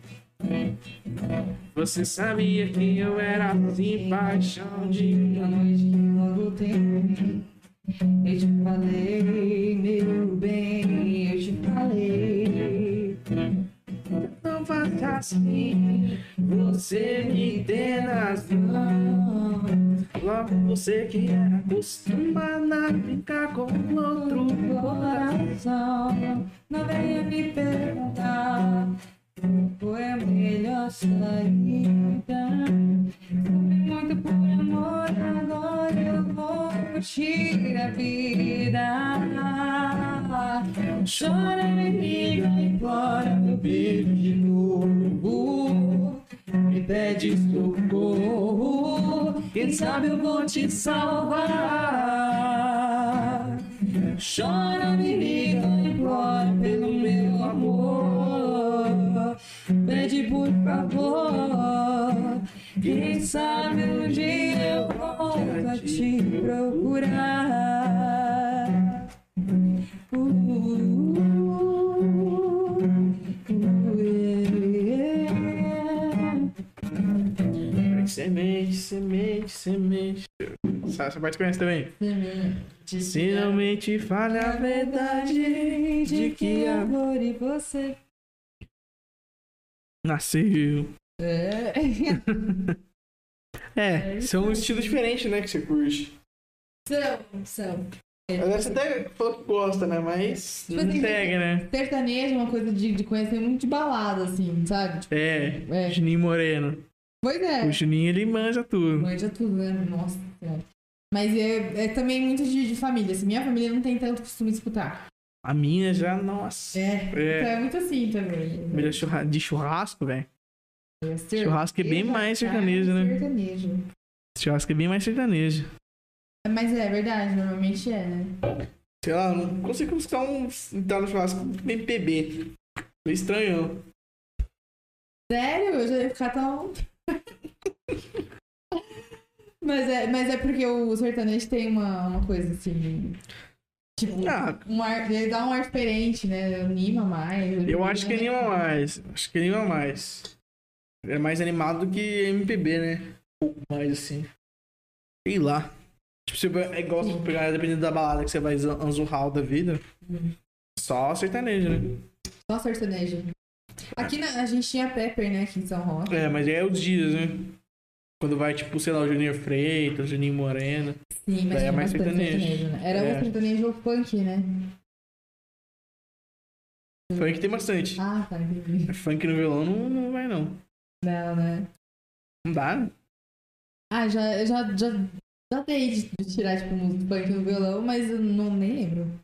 S1: Você sabia que eu era assim, paixão de
S3: A noite que logo tem. Eu te falei, meu bem, eu te falei. Não faça assim, você me tem nas mãos. Logo você que era acostumada a brincar com outro coração. Não venha me perguntar qual foi a melhor saída. Sofri muito por amor, agora eu vou curtir a vida. Chora, me liga, implora meu beijo de novo. Me pede socorro, quem sabe eu vou te salvar. Chora, me liga, implora pelo meu amor. Pede por favor, quem sabe um dia eu volto a te procurar. Uh, uh, uh, yeah.
S1: Semente, semente, semente. Essa parte conhece também? Se não me te fale a verdade de que a...
S3: amor e você.
S1: Nasceu.
S3: É.
S1: É, são estilos diferentes, né, que você curte.
S2: São, são.
S1: Agora você até falou que gosta, né, mas
S2: Tipo
S1: não
S2: assim,
S1: segue, né?
S2: Sertanejo é uma coisa de, de conhecer muito de balada, assim, sabe? Tipo,
S1: É,
S2: É.
S1: Juninho Moreno.
S2: pois é.
S1: O Juninho, ele manja tudo.
S2: Manja tudo, né? Nossa Senhora. Mas é, é também muito de, de família. Assim, minha família não tem tanto costume de escutar.
S1: A minha já, nossa.
S2: É.
S1: É.
S2: Então é muito assim também.
S1: Melhor churra- de churrasco, velho.
S2: É, ser-
S1: Churrasco é bem
S2: Exato,
S1: mais sertanejo, né?
S2: Sertanejo.
S1: Churrasco é bem mais sertanejo.
S2: Mas é verdade, normalmente é, né?
S1: Sei lá, não consigo escutar um entrar no churrasco M P B. Meio estranho.
S2: Sério? Eu já ia ficar tão. mas, é, mas é porque o sertanejo tem uma, uma coisa assim. Tipo,
S1: Ah,
S2: um ar, ele dá um ar diferente, né? Anima mais.
S1: eu acho que anima mais. Acho que anima mais. É mais animado do que M P B, né? Um pouco mais assim. Sei lá. Tipo, você é igual você pegar, dependendo da balada que você vai anzurral da vida.
S2: Uhum.
S1: Só sertanejo, né?
S2: Só sertanejo. Aqui na- a gente tinha Pepper, né? Aqui em São Roque.
S1: É, mas é os dias, né? Quando vai, tipo, sei lá, o Juninho Freitas, o Juninho Moreno.
S2: Sim, mas
S1: Daí é
S2: tinha
S1: mais
S2: bastante
S1: sertanejo.
S2: né? Era
S1: É.
S2: o sertanejo funk, né?
S1: Funk tem bastante.
S2: Ah, tá, entendi.
S1: Funk no violão não, não vai, não.
S2: Não, né?
S1: Não dá, né?
S2: Ah, já, eu já, já, já dei de, de tirar, tipo, música funk no violão, mas eu não nem lembro.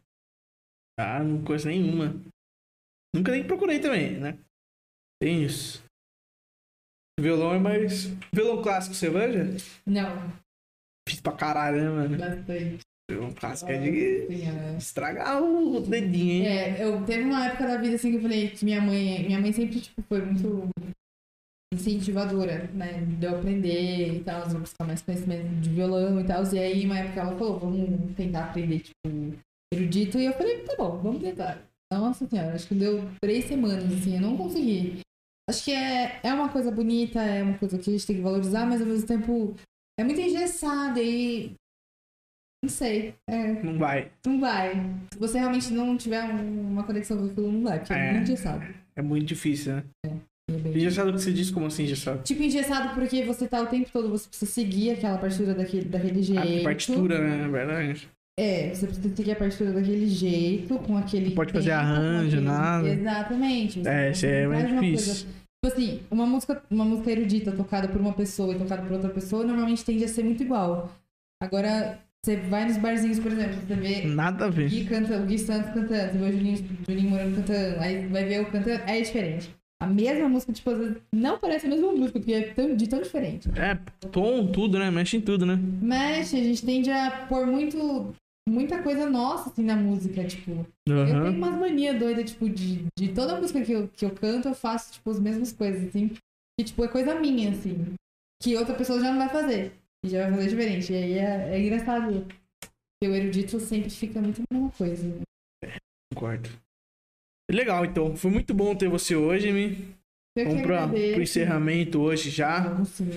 S1: Ah, não conheço nenhuma. Nunca nem procurei também, né? Tem isso. Violão é mais... Violão clássico, você manja?
S2: Não,
S1: Fiz pra caralho, né, mano?
S2: bastante.
S1: Violão clássico é de
S2: Sim, é.
S1: estragar o dedinho, hein?
S2: É, eu teve uma época da vida assim que eu falei que minha mãe, minha mãe sempre tipo, foi muito incentivadora, né? De eu aprender e tal, de eu buscar mais conhecimento de violão e tal. E aí, uma época ela falou, vamos tentar aprender, tipo, erudito. E eu falei, tá bom, vamos tentar. Nossa senhora, acho que deu três semanas, assim, eu não consegui. Acho que é, é uma coisa bonita, é uma coisa que a gente tem que valorizar, mas ao mesmo tempo é muito engessada e. Não sei. É,
S1: Não vai.
S2: não vai. Se você realmente não tiver um- uma conexão com aquilo, não vai, porque é,
S1: É.
S2: muito engessado.
S1: É muito difícil, né?
S2: É bem-
S1: Engessado o que você diz? Como assim, engessado?
S2: Tipo, engessado porque você tá o tempo todo, você precisa seguir aquela partitura daquele, daquele jeito.
S1: A partitura, né? É verdade.
S2: É, você precisa seguir a partitura daquele jeito, com aquele.
S1: Não pode fazer
S2: tempo, com
S1: arranjo,
S2: aquele-
S1: nada.
S2: Exatamente. Você
S1: É,
S2: não
S1: isso é
S2: faz
S1: mais
S2: uma
S1: difícil.
S2: coisa- Tipo assim, uma música, uma música erudita tocada por uma pessoa e tocada por outra pessoa, normalmente tende a ser muito igual. Agora, você vai nos barzinhos, por exemplo, você vê
S1: Nada a
S2: o
S1: ver.
S2: Gui, canta, o Gui Santos cantando, você vê o Juninho, Juninho Moreno cantando, aí vai ver o cantando, aí é diferente. A mesma música, tipo, às vezes não parece a mesma música, porque é tão, de tão diferente.
S1: É, tom, tudo, né? Mexe em tudo, né?
S2: Mexe, a gente tende a pôr muito, muita coisa nossa, assim, na música, tipo. Eu tenho
S1: Aham.
S2: umas manias doidas, tipo, de, de toda música que eu, que eu canto, eu faço, tipo, as mesmas coisas, assim. Que, tipo, é coisa minha, assim. Que outra pessoa já não vai fazer. E já vai fazer diferente. E aí é, é engraçado. Porque o erudito sempre fica muito a mesma coisa. Né?
S1: Concordo. Legal, então. Foi muito bom ter você hoje, Mi.
S2: Eu
S1: Vamos
S2: que
S1: pra,
S2: agradeço.
S1: pro encerramento hoje já.
S2: Vamos sim.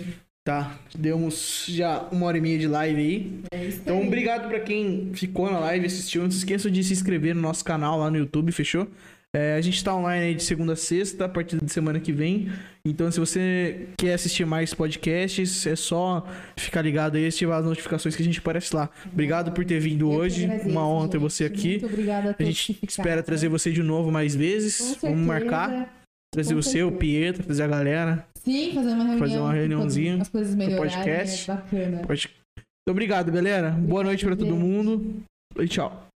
S1: Tá, demos já uma hora e meia de live aí.
S2: É isso
S1: Então,
S2: aí.
S1: obrigado pra quem ficou na live, assistiu. Não se esqueça de se inscrever no nosso canal lá no YouTube, fechou? É, a gente tá online aí de segunda a sexta, a partir de semana que vem. Então, se você quer assistir mais podcasts, é só ficar ligado aí e ativar as notificações que a gente aparece lá. Obrigado por ter vindo
S2: Eu que
S1: hoje.
S2: agradeço,
S1: Uma honra ter
S2: gente.
S1: você aqui.
S2: Muito obrigada a
S1: A
S2: todos
S1: gente
S2: que ficaram.
S1: espera trazer você de novo mais vezes.
S2: Com certeza.
S1: Vamos marcar. Trazer
S2: Com
S1: você, o
S2: certeza.
S1: Pietro, trazer a galera.
S2: Sim, fazer uma reunião.
S1: Fazer uma reuniãozinha
S2: As coisas
S1: do
S2: melhorarem,
S1: podcast.
S2: é bacana.
S1: Pode- Muito obrigado, galera. Boa noite pra todo
S2: gente.
S1: mundo. E tchau.